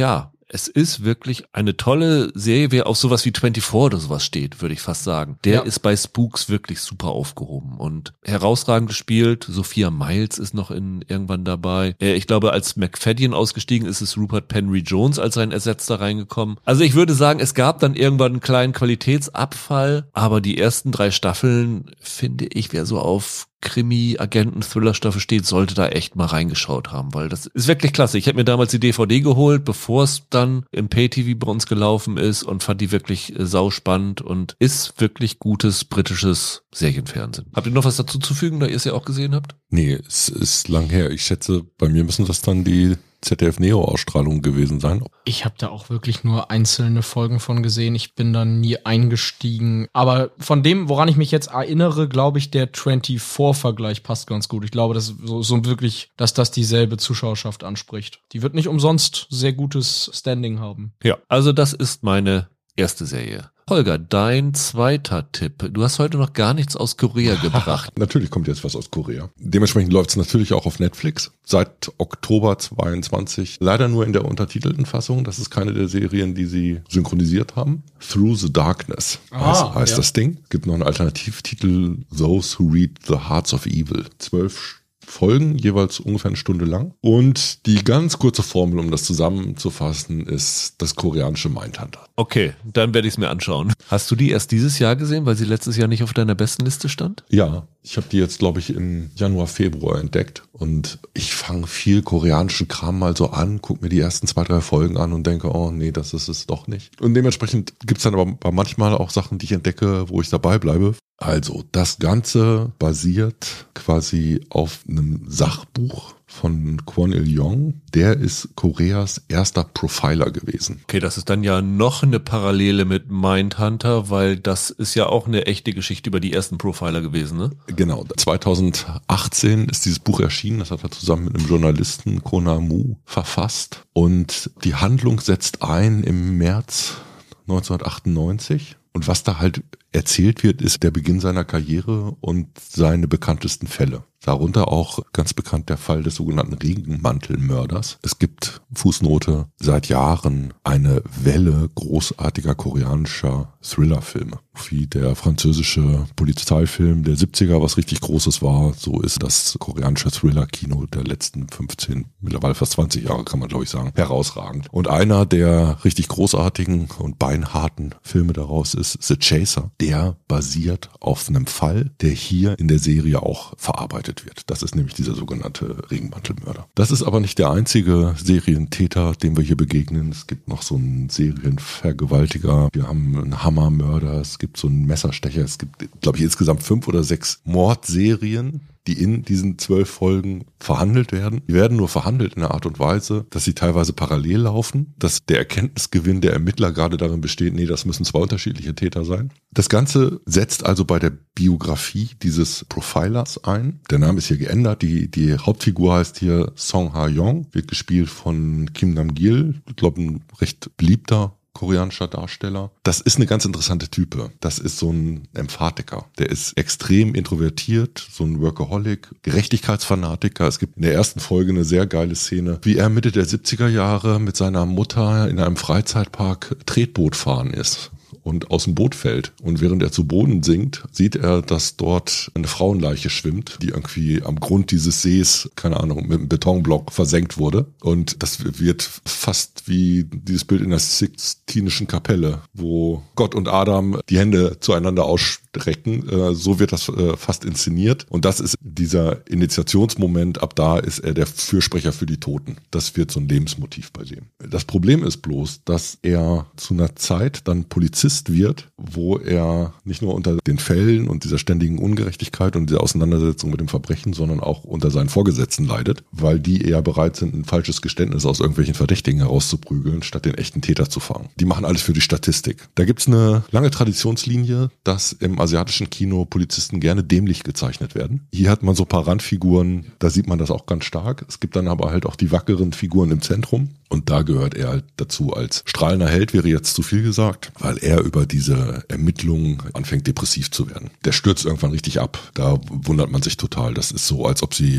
es ist wirklich eine tolle Serie, wer auf sowas wie vierundzwanzig oder sowas steht, würde ich fast sagen. Der Ja. ist bei Spooks wirklich super aufgehoben und herausragend gespielt. Sophia Miles ist noch in irgendwann dabei. Äh, Ich glaube, als McFadden ausgestiegen ist, ist Rupert Penry Jones als sein Ersetzer reingekommen. Also ich würde sagen, es gab dann irgendwann einen kleinen Qualitätsabfall, aber die ersten drei Staffeln, finde ich, wer so auf Krimi, Agenten, Thriller-Staffel steht, sollte da echt mal reingeschaut haben, weil das ist wirklich klasse. Ich habe mir damals die D V D geholt, bevor es dann im Pay-T V bei uns gelaufen ist und fand die wirklich äh, sauspannend und ist wirklich gutes britisches Serienfernsehen. Habt ihr noch was dazu zu fügen, da ihr es ja auch gesehen habt? Nee, es ist lang her. Ich schätze, bei mir müssen das dann die Z D F-Neo-Ausstrahlungen gewesen sein. Ich habe da auch wirklich nur einzelne Folgen von gesehen. Ich bin da nie eingestiegen. Aber von dem, woran ich mich jetzt erinnere, glaube ich, der vierundzwanzig-Vergleich passt ganz gut. Ich glaube, dass so, so wirklich, dass das dieselbe Zuschauerschaft anspricht. Die wird nicht umsonst sehr gutes Standing haben. Ja. Also das ist meine erste Serie. Holger, dein zweiter Tipp. Du hast heute noch gar nichts aus Korea gebracht. Natürlich kommt jetzt was aus Korea. Dementsprechend läuft es natürlich auch auf Netflix. Seit Oktober zweiundzwanzig. Leider nur in der untertitelten Fassung. Das ist keine der Serien, die sie synchronisiert haben. Through the Darkness Ah, heißt, heißt ja. das Ding. Gibt noch einen Alternativtitel. Those Who Read the Hearts of Evil. Zwölf Folgen, jeweils ungefähr eine Stunde lang. Und die ganz kurze Formel, um das zusammenzufassen, ist das koreanische Mindhunter. Okay, dann werde ich es mir anschauen. Hast du die erst dieses Jahr gesehen, weil sie letztes Jahr nicht auf deiner besten Liste stand? Ja, ich habe die jetzt, glaube ich, im Januar, Februar entdeckt. Und ich fange viel koreanischen Kram mal so an, gucke mir die ersten zwei, drei Folgen an und denke, oh nee, das ist es doch nicht. Und dementsprechend gibt's dann aber manchmal auch Sachen, die ich entdecke, wo ich dabei bleibe. Also, das Ganze basiert quasi auf einem Sachbuch von Kwon Il-Yong. Der ist Koreas erster Profiler gewesen. Okay, das ist dann ja noch eine Parallele mit Mindhunter, weil das ist ja auch eine echte Geschichte über die ersten Profiler gewesen, ne? Genau, zweitausendachtzehn ist dieses Buch erschienen. Das hat er zusammen mit einem Journalisten, Kona Mu, verfasst. Und die Handlung setzt ein im März neunzehnhundertachtundneunzig. Und was da halt erzählt wird, ist der Beginn seiner Karriere und seine bekanntesten Fälle. Darunter auch ganz bekannt der Fall des sogenannten Regenmantelmörders. Es gibt, Fußnote, seit Jahren eine Welle großartiger koreanischer Thrillerfilme. Wie der französische Polizeifilm der siebziger, was richtig Großes war, so ist das koreanische Thriller-Kino der letzten fünfzehn, mittlerweile fast zwanzig Jahre, kann man glaube ich sagen, herausragend. Und einer der richtig großartigen und beinharten Filme daraus ist The Chaser. Der basiert auf einem Fall, der hier in der Serie auch verarbeitet wird. Das ist nämlich dieser sogenannte Regenmantelmörder. Das ist aber nicht der einzige Serientäter, dem wir hier begegnen. Es gibt noch so einen Serienvergewaltiger. Wir haben einen Hammermörder. Es gibt so einen Messerstecher. Es gibt, glaube ich, insgesamt fünf oder sechs Mordserien, die in diesen zwölf Folgen verhandelt werden. Die werden nur verhandelt in einer Art und Weise, dass sie teilweise parallel laufen, dass der Erkenntnisgewinn der Ermittler gerade darin besteht, nee, das müssen zwei unterschiedliche Täter sein. Das Ganze setzt also bei der Biografie dieses Profilers ein. Der Name ist hier geändert. Die, die Hauptfigur heißt hier Song Ha-Yong, wird gespielt von Kim Nam-gil. Ich glaube, ein recht beliebter koreanischer Darsteller. Das ist eine ganz interessante Type. Das ist so ein Emphatiker. Der ist extrem introvertiert, so ein Workaholic, Gerechtigkeitsfanatiker. Es gibt in der ersten Folge eine sehr geile Szene, wie er Mitte der siebziger Jahre mit seiner Mutter in einem Freizeitpark Tretboot fahren ist und aus dem Boot fällt. Und während er zu Boden sinkt, sieht er, dass dort eine Frauenleiche schwimmt, die irgendwie am Grund dieses Sees, keine Ahnung, mit einem Betonblock versenkt wurde. Und das wird fast wie dieses Bild in der Sixtinischen Kapelle, wo Gott und Adam die Hände zueinander ausstrecken. So wird das fast inszeniert. Und das ist dieser Initiationsmoment. Ab da ist er der Fürsprecher für die Toten. Das wird so ein Lebensmotiv bei dem. Das Problem ist bloß, dass er zu einer Zeit dann Polizist wird, wo er nicht nur unter den Fällen und dieser ständigen Ungerechtigkeit und dieser Auseinandersetzung mit dem Verbrechen, sondern auch unter seinen Vorgesetzten leidet, weil die eher bereit sind, ein falsches Geständnis aus irgendwelchen Verdächtigen herauszuprügeln, statt den echten Täter zu fangen. Die machen alles für die Statistik. Da gibt's eine lange Traditionslinie, dass im asiatischen Kino Polizisten gerne dämlich gezeichnet werden. Hier hat man so ein paar Randfiguren, da sieht man das auch ganz stark. Es gibt dann aber halt auch die wackeren Figuren im Zentrum. Und da gehört er halt dazu als strahlender Held, wäre jetzt zu viel gesagt, weil er über diese Ermittlungen anfängt depressiv zu werden. Der stürzt irgendwann richtig ab. Da wundert man sich total. Das ist so, als ob sie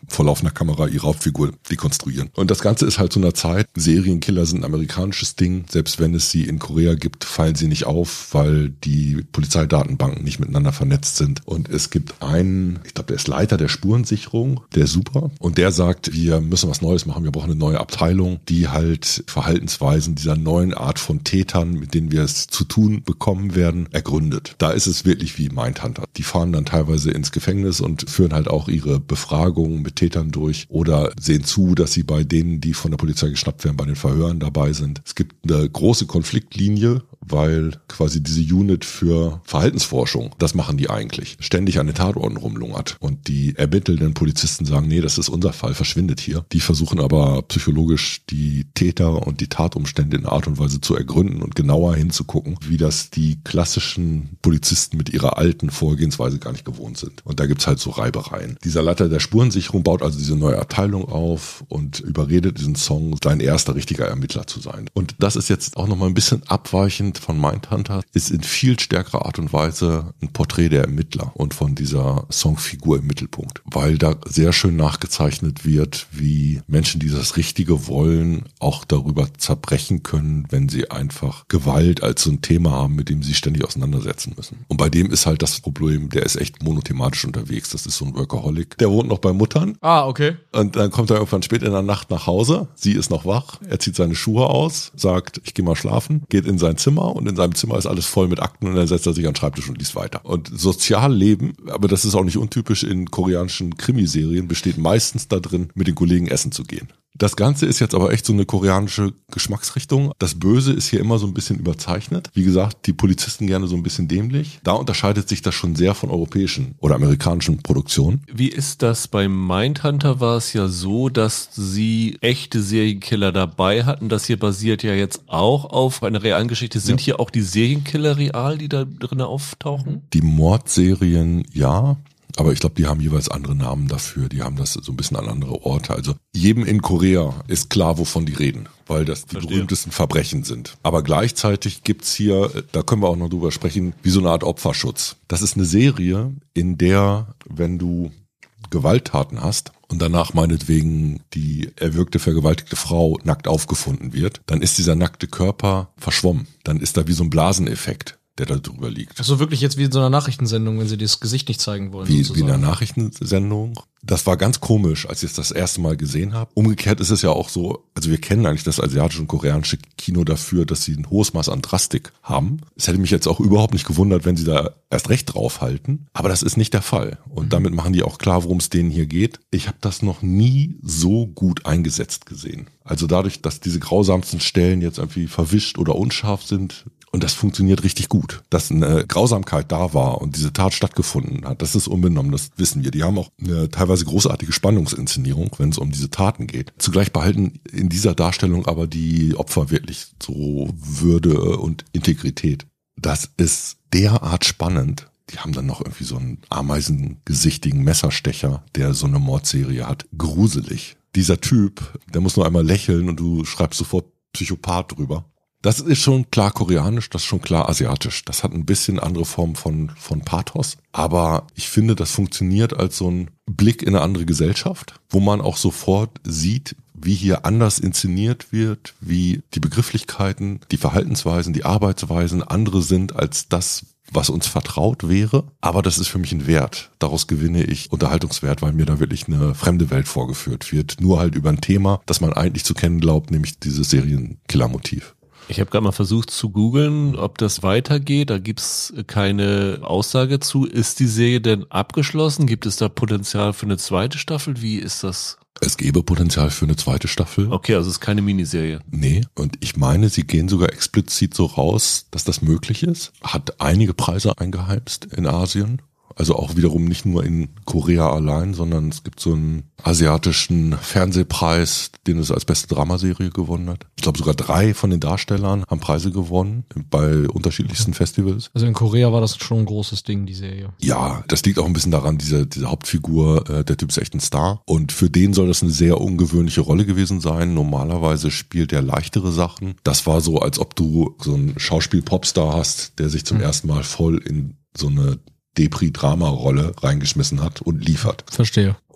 vor laufender Kamera ihre Hauptfigur dekonstruieren. Und das Ganze ist halt zu einer Zeit, Serienkiller sind ein amerikanisches Ding. Selbst wenn es sie in Korea gibt, fallen sie nicht auf, weil die Polizeidatenbanken nicht miteinander vernetzt sind. Und es gibt einen, ich glaube, der ist Leiter der Spurensicherung, der ist super. Und der sagt, wir müssen was Neues machen, wir brauchen eine neue Abteilung, die halt Verhaltensweisen dieser neuen Art von Tätern, mit denen wir es zu tun bekommen werden, ergründet. Da ist es wirklich wie Mindhunter. Die fahren dann teilweise ins Gefängnis und führen halt auch ihre Befragungen mit Tätern durch oder sehen zu, dass sie bei denen, die von der Polizei geschnappt werden, bei den Verhören dabei sind. Es gibt eine große Konfliktlinie, weil quasi diese Unit für Verhaltensforschung, das machen die eigentlich, ständig an den Tatorten rumlungert. Und die ermittelnden Polizisten sagen, nee, das ist unser Fall, verschwindet hier. Die versuchen aber psychologisch die Täter und die Tatumstände in einer Art und Weise zu ergründen und genauer hinzugucken, wie das die klassischen Polizisten mit ihrer alten Vorgehensweise gar nicht gewohnt sind. Und da gibt's halt so Reibereien. Dieser Leiter der Spurensicherung baut also diese neue Abteilung auf und überredet diesen Song, sein erster richtiger Ermittler zu sein. Und das ist jetzt auch nochmal ein bisschen abweichend von Mindhunter, ist in viel stärkerer Art und Weise ein Porträt der Ermittler und von dieser Songfigur im Mittelpunkt. Weil da sehr schön nachgezeichnet wird, wie Menschen, die das Richtige wollen, auch darüber zerbrechen können, wenn sie einfach Gewalt als so ein Thema haben, mit dem sie ständig auseinandersetzen müssen. Und bei dem ist halt das Problem, der ist echt monothematisch unterwegs. Das ist so ein Workaholic. Der wohnt noch bei Muttern. Ah, okay. Und dann kommt er irgendwann spät in der Nacht nach Hause. Sie ist noch wach. Er zieht seine Schuhe aus, sagt, ich gehe mal schlafen, geht in sein Zimmer und in seinem Zimmer ist alles voll mit Akten und dann setzt er sich an den Schreibtisch und liest weiter. Und Sozialleben, aber das ist auch nicht untypisch in koreanischen Krimiserien, besteht meistens darin, mit den Kollegen essen zu gehen. Das Ganze ist jetzt aber echt so eine koreanische Geschmacksrichtung. Das Böse ist hier immer so ein bisschen überzeichnet. Wie gesagt, die Polizisten gerne so ein bisschen dämlich. Da unterscheidet sich das schon sehr von europäischen oder amerikanischen Produktionen. Wie ist das? Bei Mindhunter war es ja so, dass sie echte Serienkiller dabei hatten. Das hier basiert ja jetzt auch auf einer realen Geschichte. Sind ja. hier auch die Serienkiller real, die da drin auftauchen? Die Mordserien, ja. Aber ich glaube, die haben jeweils andere Namen dafür. Die haben das so ein bisschen an andere Orte. Also jedem in Korea ist klar, wovon die reden, weil das die Verstehe. berühmtesten Verbrechen sind. Aber gleichzeitig gibt's hier, da können wir auch noch drüber sprechen, wie so eine Art Opferschutz. Das ist eine Serie, in der, wenn du Gewalttaten hast und danach meinetwegen die erwürgte, vergewaltigte Frau nackt aufgefunden wird, dann ist dieser nackte Körper verschwommen. Dann ist da wie so ein Blaseneffekt, der da drüber liegt. Also wirklich jetzt wie in so einer Nachrichtensendung, wenn sie das Gesicht nicht zeigen wollen. Wie, wie in einer Nachrichtensendung. Das war ganz komisch, als ich es das erste Mal gesehen habe. Umgekehrt ist es ja auch so, also wir kennen eigentlich das asiatische und koreanische Kino dafür, dass sie ein hohes Maß an Drastik haben. Es hätte mich jetzt auch überhaupt nicht gewundert, wenn sie da erst recht draufhalten. Aber das ist nicht der Fall. Und mhm. damit machen die auch klar, worum es denen hier geht. Ich habe das noch nie so gut eingesetzt gesehen. Also dadurch, dass diese grausamsten Stellen jetzt irgendwie verwischt oder unscharf sind, und das funktioniert richtig gut. Dass eine Grausamkeit da war und diese Tat stattgefunden hat, das ist unbenommen, das wissen wir. Die haben auch eine teilweise großartige Spannungsinszenierung, wenn es um diese Taten geht. Zugleich behalten in dieser Darstellung aber die Opfer wirklich so Würde und Integrität. Das ist derart spannend. Die haben dann noch irgendwie so einen ameisengesichtigen Messerstecher, der so eine Mordserie hat. Gruselig. Dieser Typ, der muss nur einmal lächeln und du schreibst sofort Psychopath drüber. Das ist schon klar koreanisch, das ist schon klar asiatisch. Das hat ein bisschen andere Form von, von Pathos. Aber ich finde, das funktioniert als so ein Blick in eine andere Gesellschaft, wo man auch sofort sieht, wie hier anders inszeniert wird, wie die Begrifflichkeiten, die Verhaltensweisen, die Arbeitsweisen andere sind als das, was uns vertraut wäre. Aber das ist für mich ein Wert. Daraus gewinne ich Unterhaltungswert, weil mir da wirklich eine fremde Welt vorgeführt wird. Nur halt über ein Thema, das man eigentlich zu kennen glaubt, nämlich dieses Serienkiller-Motiv. Ich habe gerade mal versucht zu googeln, ob das weitergeht. Da gibt's keine Aussage zu. Ist die Serie denn abgeschlossen? Gibt es da Potenzial für eine zweite Staffel? Wie ist das? Es gäbe Potenzial für eine zweite Staffel. Okay, also es ist keine Miniserie. Nee, und ich meine, sie gehen sogar explizit so raus, dass das möglich ist. Hat einige Preise eingeheimst in Asien. Also auch wiederum nicht nur in Korea allein, sondern es gibt so einen asiatischen Fernsehpreis, den es als beste Dramaserie gewonnen hat. Ich glaube sogar drei von den Darstellern haben Preise gewonnen bei unterschiedlichsten Festivals. Also in Korea war das schon ein großes Ding, die Serie. Ja, das liegt auch ein bisschen daran, diese, diese Hauptfigur, äh, der Typ ist echt ein Star. Und für den soll das eine sehr ungewöhnliche Rolle gewesen sein. Normalerweise spielt er leichtere Sachen. Das war so, als ob du so einen Schauspiel-Popstar hast, der sich zum mhm. ersten Mal voll in so eine Depri-Drama-Rolle reingeschmissen hat und liefert. Verstehe.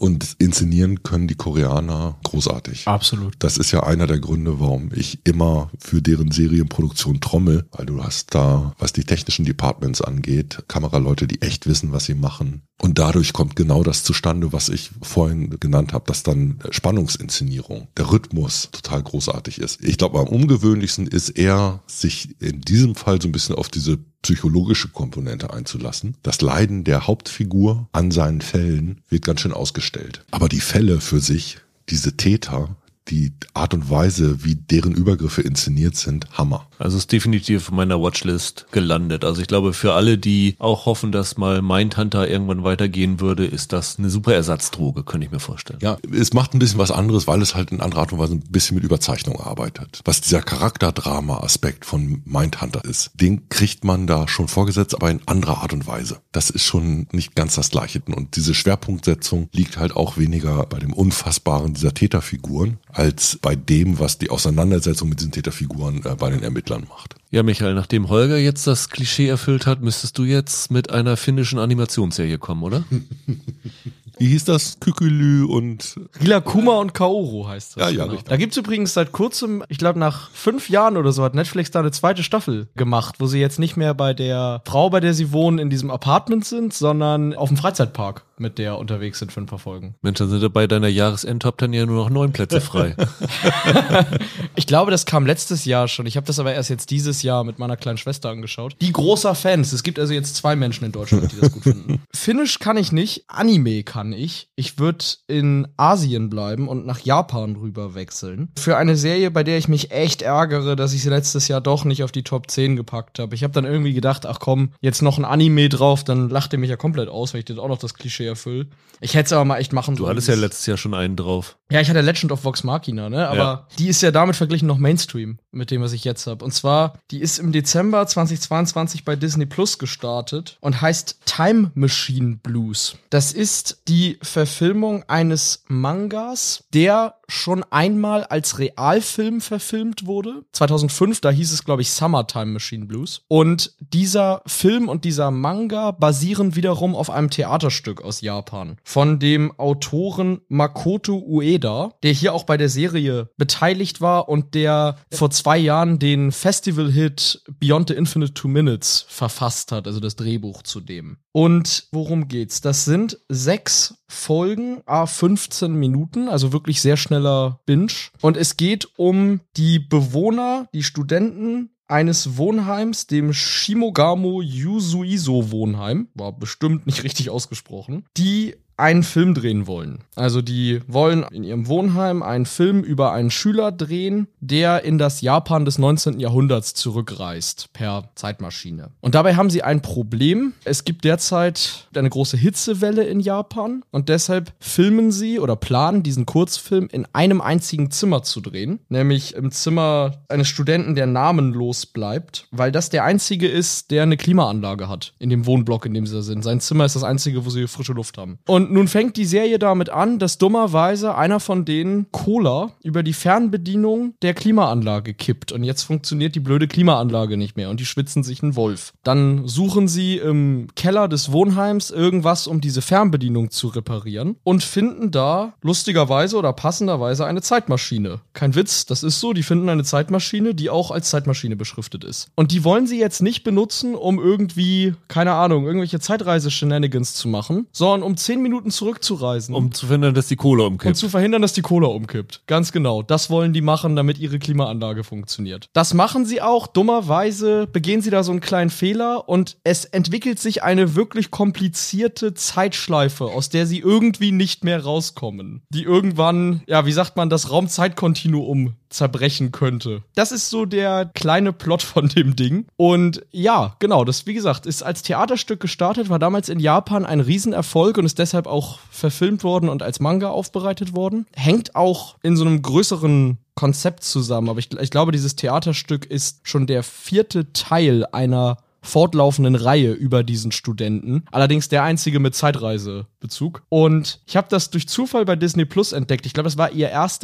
Und inszenieren können die Koreaner großartig. Absolut. Das ist ja einer der Gründe, warum ich immer für deren Serienproduktion trommel, weil du hast da, was die technischen Departments angeht, Kameraleute, die echt wissen, was sie machen. Und dadurch kommt genau das zustande, was ich vorhin genannt habe, dass dann Spannungsinszenierung, der Rhythmus total großartig ist. Ich glaube, am ungewöhnlichsten ist eher, sich in diesem Fall so ein bisschen auf diese psychologische Komponente einzulassen. Das Leiden der Hauptfigur an seinen Fällen wird ganz schön ausgestellt. Aber die Fälle für sich, diese Täter, die Art und Weise, wie deren Übergriffe inszeniert sind, Hammer. Also ist definitiv auf meiner Watchlist gelandet. Also ich glaube, für alle, die auch hoffen, dass mal Mindhunter irgendwann weitergehen würde, ist das eine super Ersatzdroge, könnte ich mir vorstellen. Ja, es macht ein bisschen was anderes, weil es halt in anderer Art und Weise ein bisschen mit Überzeichnung arbeitet. Was dieser Charakterdrama-Aspekt von Mindhunter ist, den kriegt man da schon vorgesetzt, aber in anderer Art und Weise. Das ist schon nicht ganz das Gleiche. Und diese Schwerpunktsetzung liegt halt auch weniger bei dem Unfassbaren dieser Täterfiguren, als bei dem, was die Auseinandersetzung mit diesen Täterfiguren äh, bei den Ermittlern macht. Ja, Michael, nachdem Holger jetzt das Klischee erfüllt hat, müsstest du jetzt mit einer finnischen Animationsserie kommen, oder? Wie hieß das? Kykylü und... Rilakkuma und Kaoru heißt das. Ja, ja, genau. richtig. Da gibt's übrigens seit kurzem, ich glaube nach fünf Jahren oder so, hat Netflix da eine zweite Staffel gemacht, wo sie jetzt nicht mehr bei der Frau, bei der sie wohnen, in diesem Apartment sind, sondern auf dem Freizeitpark mit der unterwegs sind für ein paar Folgen. Mensch, dann sind da bei deiner Jahresendtop dann ja nur noch neun Plätze frei. Ich glaube, das kam letztes Jahr schon. Ich habe das aber erst jetzt dieses Jahr mit meiner kleinen Schwester angeschaut. Die großer Fans. Es gibt also jetzt zwei Menschen in Deutschland, die das gut finden. Finnisch kann ich nicht, Anime kann ich. Ich würde in Asien bleiben und nach Japan rüber wechseln. Für eine Serie, bei der ich mich echt ärgere, dass ich sie letztes Jahr doch nicht auf die Top zehn gepackt habe. Ich habe dann irgendwie gedacht, ach komm, jetzt noch ein Anime drauf, dann lacht ihr mich ja komplett aus, weil ich das auch noch das Klischee erfülle. Ich hätte es aber mal echt machen sollen. Du hattest ja letztes Jahr schon einen drauf. Ja, ich hatte Legend of Vox Machina, ne? Aber ja. Die ist ja damit verglichen noch Mainstream mit dem, was ich jetzt habe. Und zwar, die ist im Dezember zweitausendzweiundzwanzig bei Disney Plus gestartet und heißt Time Machine Blues. Das ist die Verfilmung eines Mangas, der schon einmal als Realfilm verfilmt wurde. zweitausendfünf, da hieß es, glaube ich, Summertime Machine Blues. Und dieser Film und dieser Manga basieren wiederum auf einem Theaterstück aus Japan von dem Autoren Makoto Ueda, der hier auch bei der Serie beteiligt war und der vor zwei Jahren den Festival-Hit Beyond the Infinite Two Minutes verfasst hat, also das Drehbuch zu dem. Und worum geht's? Das sind sechs Folgen, à fünfzehn Minuten, also wirklich sehr schneller Binge. Und es geht um die Bewohner, die Studenten eines Wohnheims, dem Shimogamo Yusuiso Wohnheim, war bestimmt nicht richtig ausgesprochen, die einen Film drehen wollen. Also die wollen in ihrem Wohnheim einen Film über einen Schüler drehen, der in das Japan des neunzehnten Jahrhunderts zurückreist per Zeitmaschine. Und dabei haben sie ein Problem. Es gibt derzeit eine große Hitzewelle in Japan und deshalb filmen sie oder planen diesen Kurzfilm in einem einzigen Zimmer zu drehen, nämlich im Zimmer eines Studenten, der namenlos bleibt, weil das der einzige ist, der eine Klimaanlage hat in dem Wohnblock, in dem sie sind. Sein Zimmer ist das einzige, wo sie frische Luft haben. Und nun fängt die Serie damit an, dass dummerweise einer von denen Cola über die Fernbedienung der Klimaanlage kippt. Und jetzt funktioniert die blöde Klimaanlage nicht mehr und die schwitzen sich einen Wolf. Dann suchen sie im Keller des Wohnheims irgendwas, um diese Fernbedienung zu reparieren und finden da lustigerweise oder passenderweise eine Zeitmaschine. Kein Witz, das ist so, die finden eine Zeitmaschine, die auch als Zeitmaschine beschriftet ist. Und die wollen sie jetzt nicht benutzen, um irgendwie, keine Ahnung, irgendwelche Zeitreise-Shenanigans zu machen, sondern um zehn Minuten zurückzureisen. Um zu verhindern, dass die Cola umkippt. Und zu verhindern, dass die Cola umkippt. Ganz genau. Das wollen die machen, damit ihre Klimaanlage funktioniert. Das machen sie auch. Dummerweise begehen sie da so einen kleinen Fehler und es entwickelt sich eine wirklich komplizierte Zeitschleife, aus der sie irgendwie nicht mehr rauskommen. Die irgendwann, ja, wie sagt man, das Raum-Zeit-Kontinuum zerbrechen könnte. Das ist so der kleine Plot von dem Ding. Und ja, genau, das, wie gesagt, ist als Theaterstück gestartet, war damals in Japan ein Riesenerfolg und ist deshalb auch verfilmt worden und als Manga aufbereitet worden. Hängt auch in so einem größeren Konzept zusammen, aber ich, ich glaube, dieses Theaterstück ist schon der vierte Teil einer fortlaufenden Reihe über diesen Studenten. Allerdings der einzige mit Zeitreisebezug. Und ich habe das durch Zufall bei Disney Plus entdeckt. Ich glaube, das war ihr erster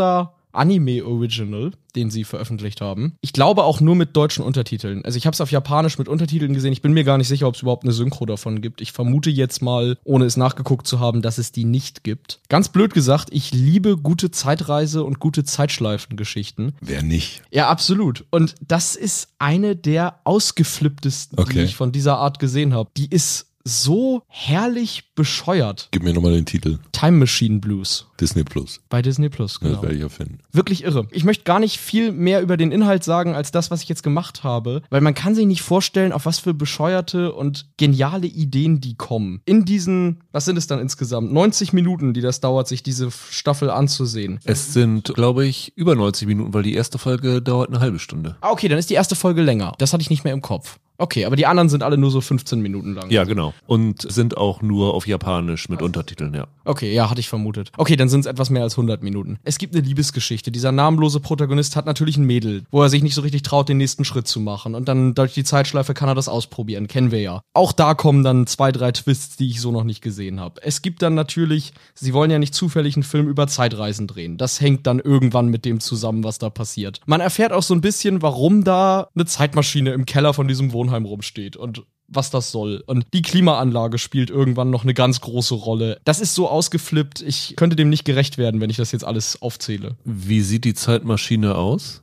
Anime-Original, den sie veröffentlicht haben. Ich glaube auch nur mit deutschen Untertiteln. Also ich habe es auf Japanisch mit Untertiteln gesehen. Ich bin mir gar nicht sicher, ob es überhaupt eine Synchro davon gibt. Ich vermute jetzt mal, ohne es nachgeguckt zu haben, dass es die nicht gibt. Ganz blöd gesagt, ich liebe gute Zeitreise- und gute Zeitschleifengeschichten. Wer nicht? Ja, absolut. Und das ist eine der ausgeflipptesten, Okay. die ich von dieser Art gesehen habe. Die ist so herrlich bescheuert. Gib mir nochmal den Titel. Time Machine Blues. Disney Plus. Bei Disney Plus, genau. Das werde ich ja finden. Wirklich irre. Ich möchte gar nicht viel mehr über den Inhalt sagen, als das, was ich jetzt gemacht habe, weil man kann sich nicht vorstellen, auf was für bescheuerte und geniale Ideen die kommen. In diesen, was sind es dann insgesamt, neunzig Minuten, die das dauert, sich diese Staffel anzusehen. Es sind, glaube ich, über neunzig Minuten, weil die erste Folge dauert eine halbe Stunde. Ah, okay, dann ist die erste Folge länger. Das hatte ich nicht mehr im Kopf. Okay, aber die anderen sind alle nur so fünfzehn Minuten lang. Ja, genau. Und sind auch nur auf Japanisch mit Untertiteln, ja. Okay, ja, hatte ich vermutet. Okay, dann sind es etwas mehr als hundert Minuten. Es gibt eine Liebesgeschichte. Dieser namenlose Protagonist hat natürlich ein Mädel, wo er sich nicht so richtig traut, den nächsten Schritt zu machen. Und dann durch die Zeitschleife kann er das ausprobieren. Kennen wir ja. Auch da kommen dann zwei, drei Twists, die ich so noch nicht gesehen habe. Es gibt dann natürlich, sie wollen ja nicht zufällig einen Film über Zeitreisen drehen. Das hängt dann irgendwann mit dem zusammen, was da passiert. Man erfährt auch so ein bisschen, warum da eine Zeitmaschine im Keller von diesem Wohnheim rumsteht und was das soll. Und die Klimaanlage spielt irgendwann noch eine ganz große Rolle. Das ist so ausgeflippt, ich könnte dem nicht gerecht werden, wenn ich das jetzt alles aufzähle. Wie sieht die Zeitmaschine aus?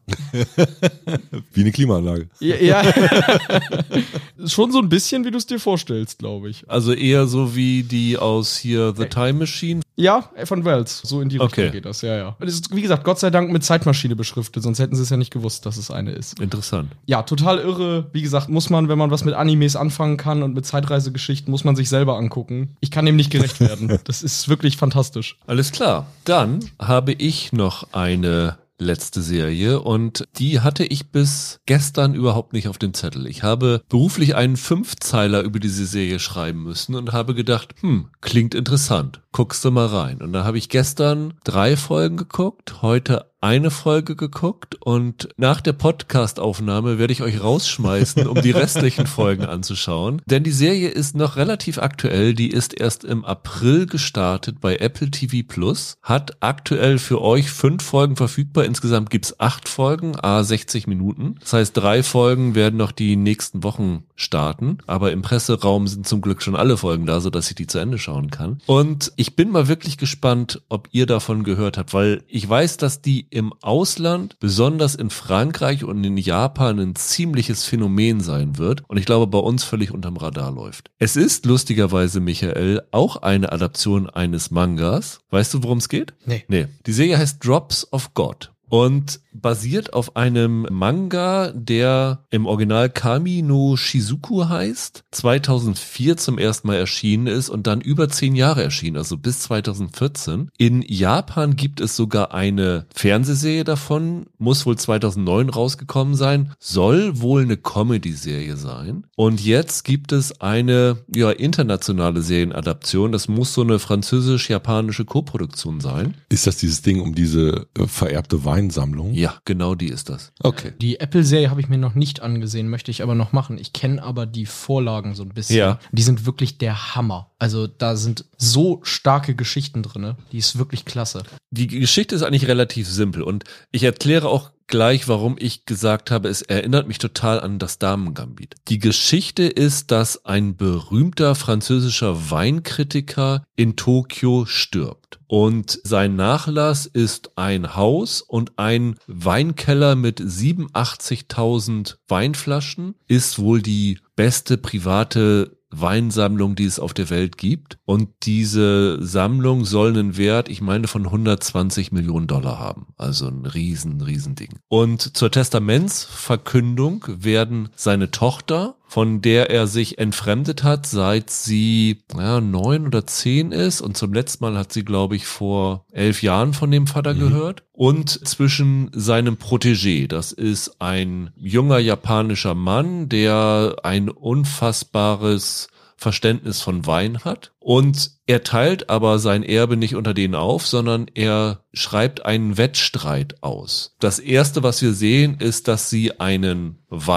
Wie eine Klimaanlage. Ja, ja. Schon so ein bisschen, wie du es dir vorstellst, glaube ich. Also eher so wie die aus hier The Time Machine? Ja, von Wells. So in die Richtung Okay. geht das, ja, ja. Und es ist, wie gesagt, Gott sei Dank mit Zeitmaschine beschriftet, sonst hätten sie es ja nicht gewusst, dass es eine ist. Interessant. Ja, total irre. Wie gesagt, muss man, wenn man was mit Animes anfangen kann und mit Zeitreisegeschichten, muss man sich selber angucken. Ich kann dem nicht gerecht werden. Das ist wirklich fantastisch. Alles klar. Dann habe ich noch eine letzte Serie und die hatte ich bis gestern überhaupt nicht auf dem Zettel. Ich habe beruflich einen Fünfzeiler über diese Serie schreiben müssen und habe gedacht, hm, klingt interessant. Guckst du mal rein. Und dann habe ich gestern drei Folgen geguckt, heute eine Folge geguckt und nach der Podcast-Aufnahme werde ich euch rausschmeißen, um die restlichen Folgen anzuschauen. Denn die Serie ist noch relativ aktuell. Die ist erst im April gestartet bei Apple T V Plus, hat aktuell für euch fünf Folgen verfügbar. Insgesamt gibt's acht Folgen, à sechzig Minuten. Das heißt, drei Folgen werden noch die nächsten Wochen starten. Aber im Presseraum sind zum Glück schon alle Folgen da, sodass ich die zu Ende schauen kann. Und ich bin mal wirklich gespannt, ob ihr davon gehört habt, weil ich weiß, dass die im Ausland, besonders in Frankreich und in Japan, ein ziemliches Phänomen sein wird und ich glaube, bei uns völlig unterm Radar läuft. Es ist lustigerweise, Michael, auch eine Adaption eines Mangas. Weißt du, worum es geht? Nee. Nee. Die Serie heißt Drops of God und basiert auf einem Manga, der im Original Kami no Shizuku heißt, zweitausendvier zum ersten Mal erschienen ist und dann über zehn Jahre erschienen, also bis zweitausendvierzehn. In Japan gibt es sogar eine Fernsehserie davon, muss wohl zweitausendneun rausgekommen sein, soll wohl eine Comedy-Serie sein. Und jetzt gibt es eine ja, internationale Serienadaption, das muss so eine französisch-japanische Koproduktion sein. Ist das dieses Ding um diese äh, vererbte Weinsammlung? Ja, genau die ist das. Okay. Die Apple-Serie habe ich mir noch nicht angesehen, möchte ich aber noch machen. Ich kenne aber die Vorlagen so ein bisschen. Ja. Die sind wirklich der Hammer. Also da sind so starke Geschichten drin. Die ist wirklich klasse. Die Geschichte ist eigentlich relativ simpel und ich erkläre auch gleich, warum ich gesagt habe, es erinnert mich total an das Damen-Gambit. Die Geschichte ist, dass ein berühmter französischer Weinkritiker in Tokio stirbt. Und sein Nachlass ist ein Haus und ein Weinkeller mit siebenundachtzigtausend Weinflaschen, ist wohl die beste private Weinsammlung, die es auf der Welt gibt. Und diese Sammlung soll einen Wert, ich meine, von hundertzwanzig Millionen Dollar haben. Also ein riesen, riesen Ding. Und zur Testamentsverkündung werden seine Tochter, von der er sich entfremdet hat, seit sie ja, neun oder zehn ist. Und zum letzten Mal hat sie, glaube ich, vor elf Jahren von dem Vater mhm. gehört. Und zwischen seinem Protégé, das ist ein junger japanischer Mann, der ein unfassbares Verständnis von Wein hat. Und er teilt aber sein Erbe nicht unter denen auf, sondern er schreibt einen Wettstreit aus. Das erste, was wir sehen, ist, dass sie einen Wein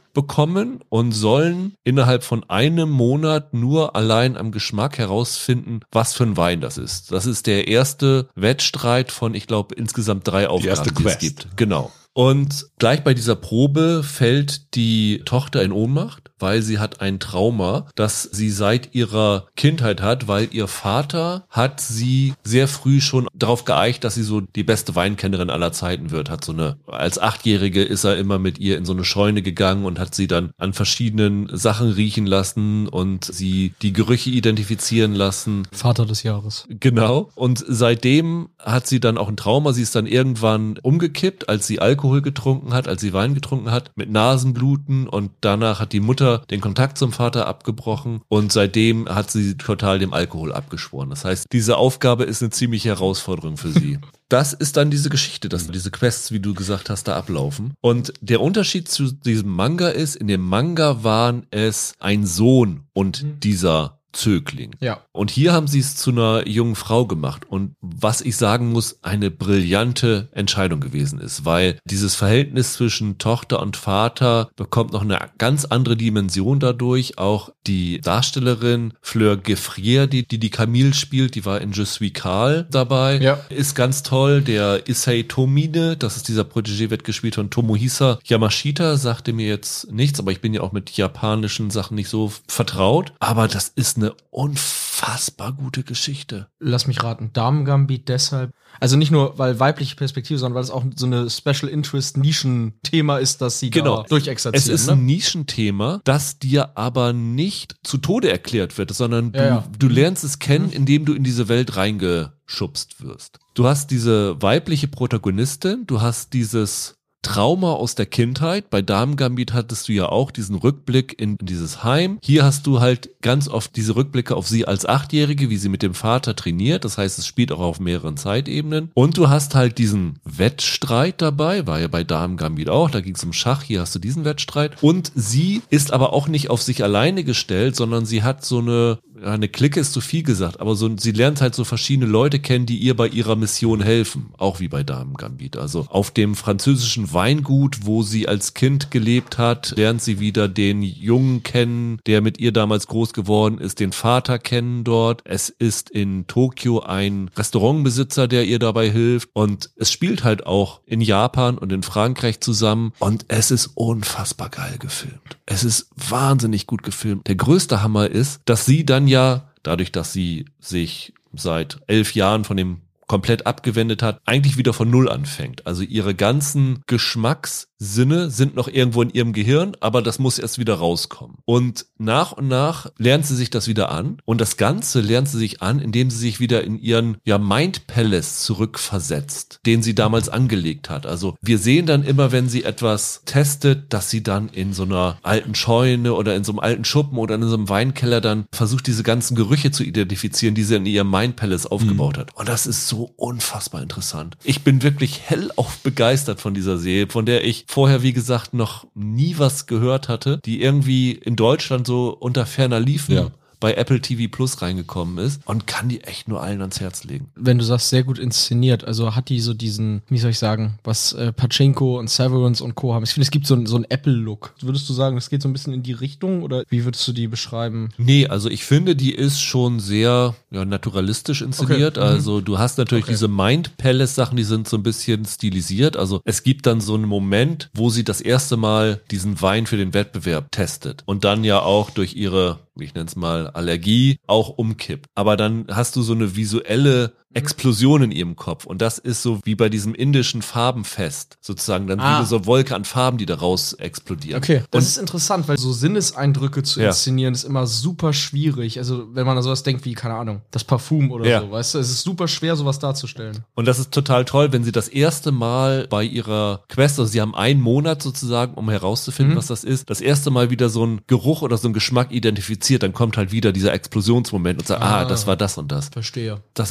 bekommen und sollen innerhalb von einem Monat nur allein am Geschmack herausfinden, was für ein Wein das ist. Das ist der erste Wettstreit von, ich glaube, insgesamt drei Aufgaben, die, erste die es Quest. gibt. Genau. Und gleich bei dieser Probe fällt die Tochter in Ohnmacht, weil sie hat ein Trauma, das sie seit ihrer Kindheit hat, weil ihr Vater hat sie sehr früh schon darauf geeicht, dass sie so die beste Weinkennerin aller Zeiten wird. Hat so eine, als Achtjährige ist er immer mit ihr in so eine Scheune gegangen und hat sie dann an verschiedenen Sachen riechen lassen und sie die Gerüche identifizieren lassen. Vater des Jahres. Genau. Und seitdem hat sie dann auch ein Trauma. Sie ist dann irgendwann umgekippt, als sie Alkohol getrunken hat, als sie Wein getrunken hat, mit Nasenbluten, und danach hat die Mutter den Kontakt zum Vater abgebrochen und seitdem hat sie total dem Alkohol abgeschworen. Das heißt, diese Aufgabe ist eine ziemliche Herausforderung für sie. Das ist dann diese Geschichte, dass diese Quests, wie du gesagt hast, da ablaufen. Und der Unterschied zu diesem Manga ist, in dem Manga waren es ein Sohn und mhm. dieser Zögling. Ja. Und hier haben sie es zu einer jungen Frau gemacht. Und was ich sagen muss, eine brillante Entscheidung gewesen ist, weil dieses Verhältnis zwischen Tochter und Vater bekommt noch eine ganz andere Dimension dadurch. Auch die Darstellerin Fleur Gefrier, die die, die Camille spielt, die war in Je suis Karl dabei, ja. ist ganz toll. Der Issei Tomine, das ist dieser Protégé, wird gespielt von Tomohisa Yamashita, sagte mir jetzt nichts, aber ich bin ja auch mit japanischen Sachen nicht so vertraut. Aber das ist eine unfassbar gute Geschichte. Lass mich raten, Damen-Gambit deshalb, also nicht nur, weil weibliche Perspektive, sondern weil es auch so eine Special Interest Nischenthema ist, dass sie genau. da durchexerzieren. Es ist ne? ein Nischenthema, das dir aber nicht zu Tode erklärt wird, sondern ja, du, ja. du lernst es kennen, indem du in diese Welt reingeschubst wirst. Du hast diese weibliche Protagonistin, du hast dieses Trauma aus der Kindheit. Bei Damen-Gambit hattest du ja auch diesen Rückblick in, in dieses Heim. Hier hast du halt ganz oft diese Rückblicke auf sie als Achtjährige, wie sie mit dem Vater trainiert. Das heißt, es spielt auch auf mehreren Zeitebenen. Und du hast halt diesen Wettstreit dabei, war ja bei Damen-Gambit auch. Da ging es um Schach, hier hast du diesen Wettstreit. Und sie ist aber auch nicht auf sich alleine gestellt, sondern sie hat so eine, eine Clique ist zu viel gesagt, aber so, sie lernt halt so verschiedene Leute kennen, die ihr bei ihrer Mission helfen. Auch wie bei Damen-Gambit. Also auf dem französischen Weingut, wo sie als Kind gelebt hat, lernt sie wieder den Jungen kennen, der mit ihr damals groß geworden ist, den Vater kennen dort. Es ist in Tokio ein Restaurantbesitzer, der ihr dabei hilft, und es spielt halt auch in Japan und in Frankreich zusammen, und es ist unfassbar geil gefilmt. Es ist wahnsinnig gut gefilmt. Der größte Hammer ist, dass sie dann ja, dadurch, dass sie sich seit elf Jahren von dem komplett abgewendet hat, eigentlich wieder von Null anfängt. Also ihre ganzen Geschmackssinne sind noch irgendwo in ihrem Gehirn, aber das muss erst wieder rauskommen. Und nach und nach lernt sie sich das wieder an, und das Ganze lernt sie sich an, indem sie sich wieder in ihren ja Mind Palace zurückversetzt, den sie damals angelegt hat. Also wir sehen dann immer, wenn sie etwas testet, dass sie dann in so einer alten Scheune oder in so einem alten Schuppen oder in so einem Weinkeller dann versucht, diese ganzen Gerüche zu identifizieren, die sie in ihrem Mind Palace aufgebaut mhm. hat. Und das ist so unfassbar interessant. Ich bin wirklich hellauf begeistert von dieser Serie, von der ich vorher, wie gesagt, noch nie was gehört hatte, die irgendwie in Deutschland so unter ferner liefen. Ja. bei Apple T V Plus reingekommen ist, und kann die echt nur allen ans Herz legen. Wenn du sagst, sehr gut inszeniert, also hat die so diesen, wie soll ich sagen, was äh, Pachinko und Severance und Co. haben. Ich finde, es gibt so, so einen Apple-Look. Würdest du sagen, es geht so ein bisschen in die Richtung, oder wie würdest du die beschreiben? Nee, also ich finde, die ist schon sehr ja, naturalistisch inszeniert. Okay. Also du hast natürlich okay. diese Mind Palace-Sachen, die sind so ein bisschen stilisiert. Also es gibt dann so einen Moment, wo sie das erste Mal diesen Wein für den Wettbewerb testet und dann ja auch durch ihre, ich nenne es mal, Allergie auch umkippt. Aber dann hast du so eine visuelle Explosion in ihrem Kopf, und das ist so wie bei diesem indischen Farbenfest sozusagen, dann ah. wie so Wolke an Farben, die daraus explodieren. Okay, das und ist interessant, weil so Sinneseindrücke zu inszenieren ja. ist immer super schwierig. Also wenn man an sowas denkt wie, keine Ahnung, das Parfum oder ja. so, weißt du, es ist super schwer, sowas darzustellen. Und das ist total toll, wenn sie das erste Mal bei ihrer Quest, also sie haben einen Monat sozusagen, um herauszufinden, mhm. was das ist, das erste Mal wieder so ein Geruch oder so ein Geschmack identifiziert, dann kommt halt wieder dieser Explosionsmoment und sagt, ah, ah das war das und das. Verstehe. Das ist unglaublich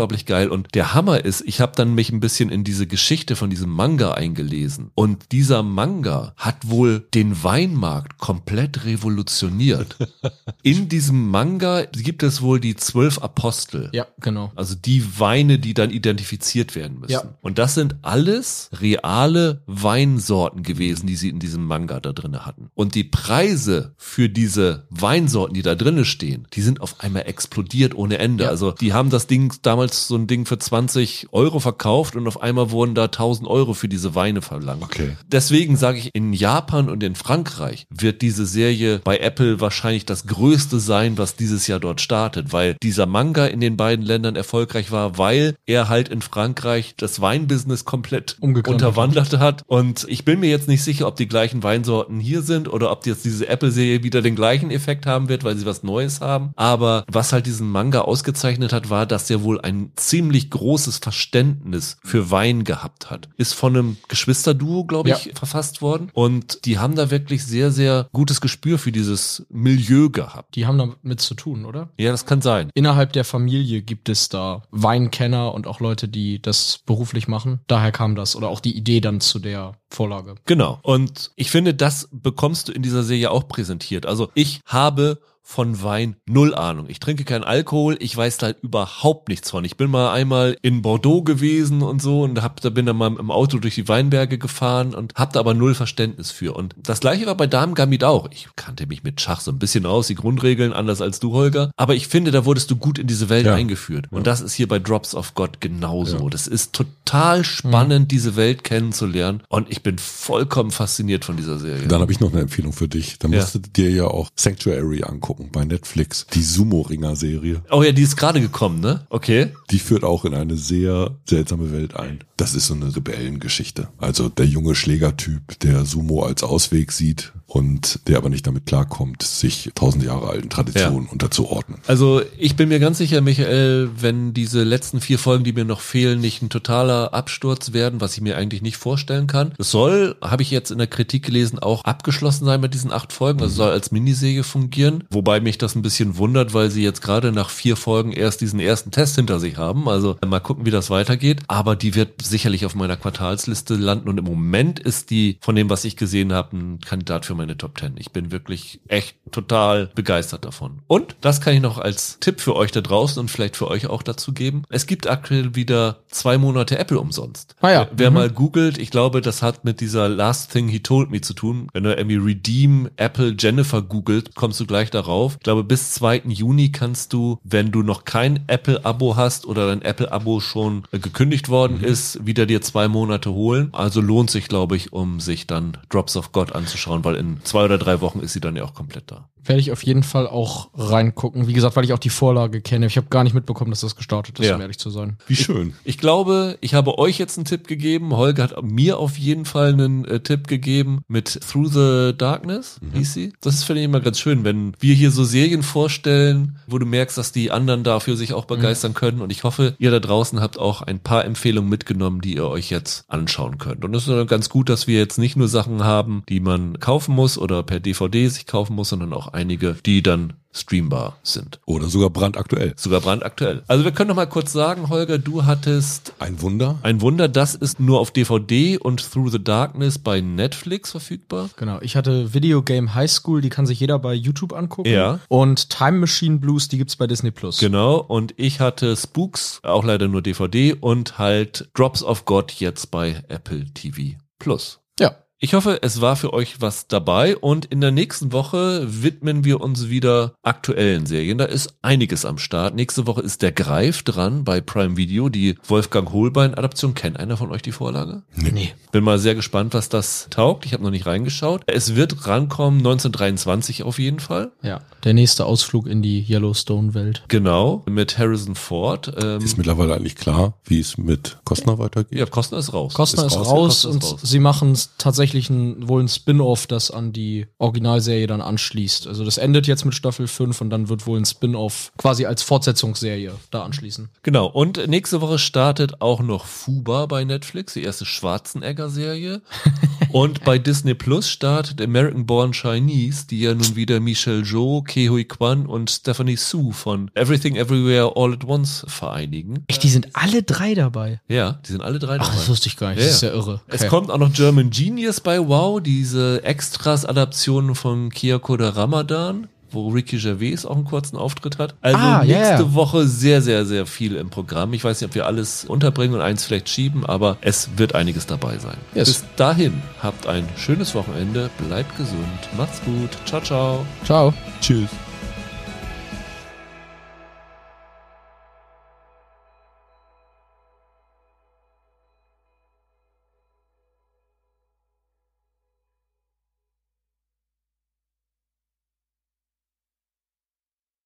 unglaublich geil. Und der Hammer ist, ich habe dann mich ein bisschen in diese Geschichte von diesem Manga eingelesen. Und dieser Manga hat wohl den Weinmarkt komplett revolutioniert. In diesem Manga gibt es wohl die zwölf Apostel. Ja, genau. Also die Weine, die dann identifiziert werden müssen. Ja. Und das sind alles reale Weinsorten gewesen, die sie in diesem Manga da drinne hatten. Und die Preise für diese Weinsorten, die da drinne stehen, die sind auf einmal explodiert ohne Ende. Ja. Also die haben das Ding damals so ein Ding für zwanzig Euro verkauft und auf einmal wurden da tausend Euro für diese Weine verlangt. Okay. Deswegen sage ich, in Japan und in Frankreich wird diese Serie bei Apple wahrscheinlich das Größte sein, was dieses Jahr dort startet, weil dieser Manga in den beiden Ländern erfolgreich war, weil er halt in Frankreich das Weinbusiness komplett Umgekrempelt unterwandert hat. Und ich bin mir jetzt nicht sicher, ob die gleichen Weinsorten hier sind oder ob jetzt diese Apple-Serie wieder den gleichen Effekt haben wird, weil sie was Neues haben. Aber was halt diesen Manga ausgezeichnet hat, war, dass er wohl ein ziemlich großes Verständnis für Wein gehabt hat. Ist von einem Geschwisterduo, glaube ich, Ja. verfasst worden. Und die haben da wirklich sehr, sehr gutes Gespür für dieses Milieu gehabt. Die haben damit zu tun, oder? Ja, das kann sein. Innerhalb der Familie gibt es da Weinkenner und auch Leute, die das beruflich machen. Daher kam das oder auch die Idee dann zu der Vorlage. Genau. Und ich finde, das bekommst du in dieser Serie auch präsentiert. Also ich habe von Wein null Ahnung. Ich trinke keinen Alkohol, ich weiß da überhaupt nichts von. Ich bin mal einmal in Bordeaux gewesen und so und hab, da bin dann mal im Auto durch die Weinberge gefahren und hab da aber null Verständnis für. Und das gleiche war bei Damen-Gamit auch. Ich kannte mich mit Schach so ein bisschen aus, die Grundregeln, anders als du, Holger. Aber ich finde, da wurdest du gut in diese Welt Ja. eingeführt. Und Ja. das ist hier bei Drops of God genauso. Ja. Das ist total spannend, diese Welt kennenzulernen. Und ich bin vollkommen fasziniert von dieser Serie. Dann habe ich noch eine Empfehlung für dich. Dann Ja. musst du dir ja auch Sanctuary angucken bei Netflix. Die Sumo-Ringer-Serie. Oh ja, die ist gerade gekommen, ne? Okay. Die führt auch in eine sehr seltsame Welt ein. Das ist so eine Rebellengeschichte. Also der junge Schlägertyp, der Sumo als Ausweg sieht und der aber nicht damit klarkommt, sich tausend Jahre alten Traditionen Ja. unterzuordnen. Also ich bin mir ganz sicher, Michael, wenn diese letzten vier Folgen, die mir noch fehlen, nicht ein totaler Absturz werden, was ich mir eigentlich nicht vorstellen kann. Es soll, habe ich jetzt in der Kritik gelesen, auch abgeschlossen sein mit diesen acht Folgen. Also soll als Miniserie fungieren. Wobei mich das ein bisschen wundert, weil sie jetzt gerade nach vier Folgen erst diesen ersten Test hinter sich haben. Also mal gucken, wie das weitergeht. Aber die wird sicherlich auf meiner Quartalsliste landen. Und im Moment ist die, von dem, was ich gesehen habe, ein Kandidat für meine Top Ten. Ich bin wirklich echt total begeistert davon. Und das kann ich noch als Tipp für euch da draußen und vielleicht für euch auch dazu geben. Es gibt aktuell wieder zwei Monate Apple umsonst. Ah ja. Wer Mhm. mal googelt, ich glaube, das hat mit dieser Last Thing He Told Me zu tun. Wenn du irgendwie Redeem Apple Jennifer googelt, kommst du gleich darauf. Ich glaube, bis zweiten Juni kannst du, wenn du noch kein Apple-Abo hast oder dein Apple-Abo schon äh, gekündigt worden Mhm. ist, wieder dir zwei Monate holen. Also lohnt sich, glaube ich, um sich dann Drops of God anzuschauen, weil in zwei oder drei Wochen ist sie dann ja auch komplett da. Werde ich auf jeden Fall auch reingucken. Wie gesagt, weil ich auch die Vorlage kenne. Ich habe gar nicht mitbekommen, dass das gestartet ist, Ja. um ehrlich zu sein. Wie schön. Ich glaube, ich habe euch jetzt einen Tipp gegeben. Holger hat mir auf jeden Fall einen äh, Tipp gegeben mit Through the Darkness, Mhm. hieß sie. Das ist, finde ich, immer ganz schön, wenn wir hier so Serien vorstellen, wo du merkst, dass die anderen dafür sich auch begeistern können. Und ich hoffe, ihr da draußen habt auch ein paar Empfehlungen mitgenommen, die ihr euch jetzt anschauen könnt. Und es ist dann ganz gut, dass wir jetzt nicht nur Sachen haben, die man kaufen muss oder per D V D sich kaufen muss, sondern auch einige, die dann streambar sind. Oder sogar brandaktuell. Sogar brandaktuell. Also wir können noch mal kurz sagen, Holger, du hattest Ein Wunder. ein Wunder, das ist nur auf D V D und Through the Darkness bei Netflix verfügbar. Genau. Ich hatte Video Game High School, die kann sich jeder bei YouTube angucken. Ja. Und Time Machine Blues, die gibt's bei Disney Plus. Genau, und ich hatte Spooks, auch leider nur D V D, und halt Drops of God jetzt bei Apple T V Plus. Ja. Ich hoffe, es war für euch was dabei und in der nächsten Woche widmen wir uns wieder aktuellen Serien. Da ist einiges am Start. Nächste Woche ist der Greif dran bei Prime Video, die Wolfgang Hohlbein-Adaption. Kennt einer von euch die Vorlage? Nee. Bin mal sehr gespannt, was das taugt. Ich habe noch nicht reingeschaut. Es wird rankommen, neunzehnhundertdreiundzwanzig auf jeden Fall. Ja. Der nächste Ausflug in die Yellowstone-Welt. Genau, mit Harrison Ford. Ähm, Ist mittlerweile eigentlich klar, wie es mit Costner weitergeht? ja, Costner ist raus. Costner ist, Ist raus, raus, Costner und ist raus. sie machen tatsächlich ein, wohl ein Spin-Off, das an die Originalserie dann anschließt. Also das endet jetzt mit Staffel fünf und dann wird wohl ein Spin-Off quasi als Fortsetzungsserie da anschließen. Genau, und nächste Woche startet auch noch Fuba bei Netflix, die erste Schwarzenegger-Serie. Und bei Disney Plus startet American Born Chinese, die ja nun wieder Michelle Zhou, Ke Huy Quan und Stephanie Su von Everything Everywhere All at Once vereinigen. Echt, die sind alle drei dabei? Ja, die sind alle drei dabei. Ach, das wusste ich gar nicht. Ja, das ist ja irre. Okay. Es kommt auch noch German Genius bei WoW, diese Extras-Adaptionen von Kyoko der Ramadan, wo Ricky Gervais auch einen kurzen Auftritt hat. Also Ah, nächste ja, ja. Woche sehr, sehr, sehr viel im Programm. Ich weiß nicht, ob wir alles unterbringen und eins vielleicht schieben, aber es wird einiges dabei sein. Yes. Bis dahin, habt ein schönes Wochenende, bleibt gesund, macht's gut, ciao, ciao. Ciao. Tschüss.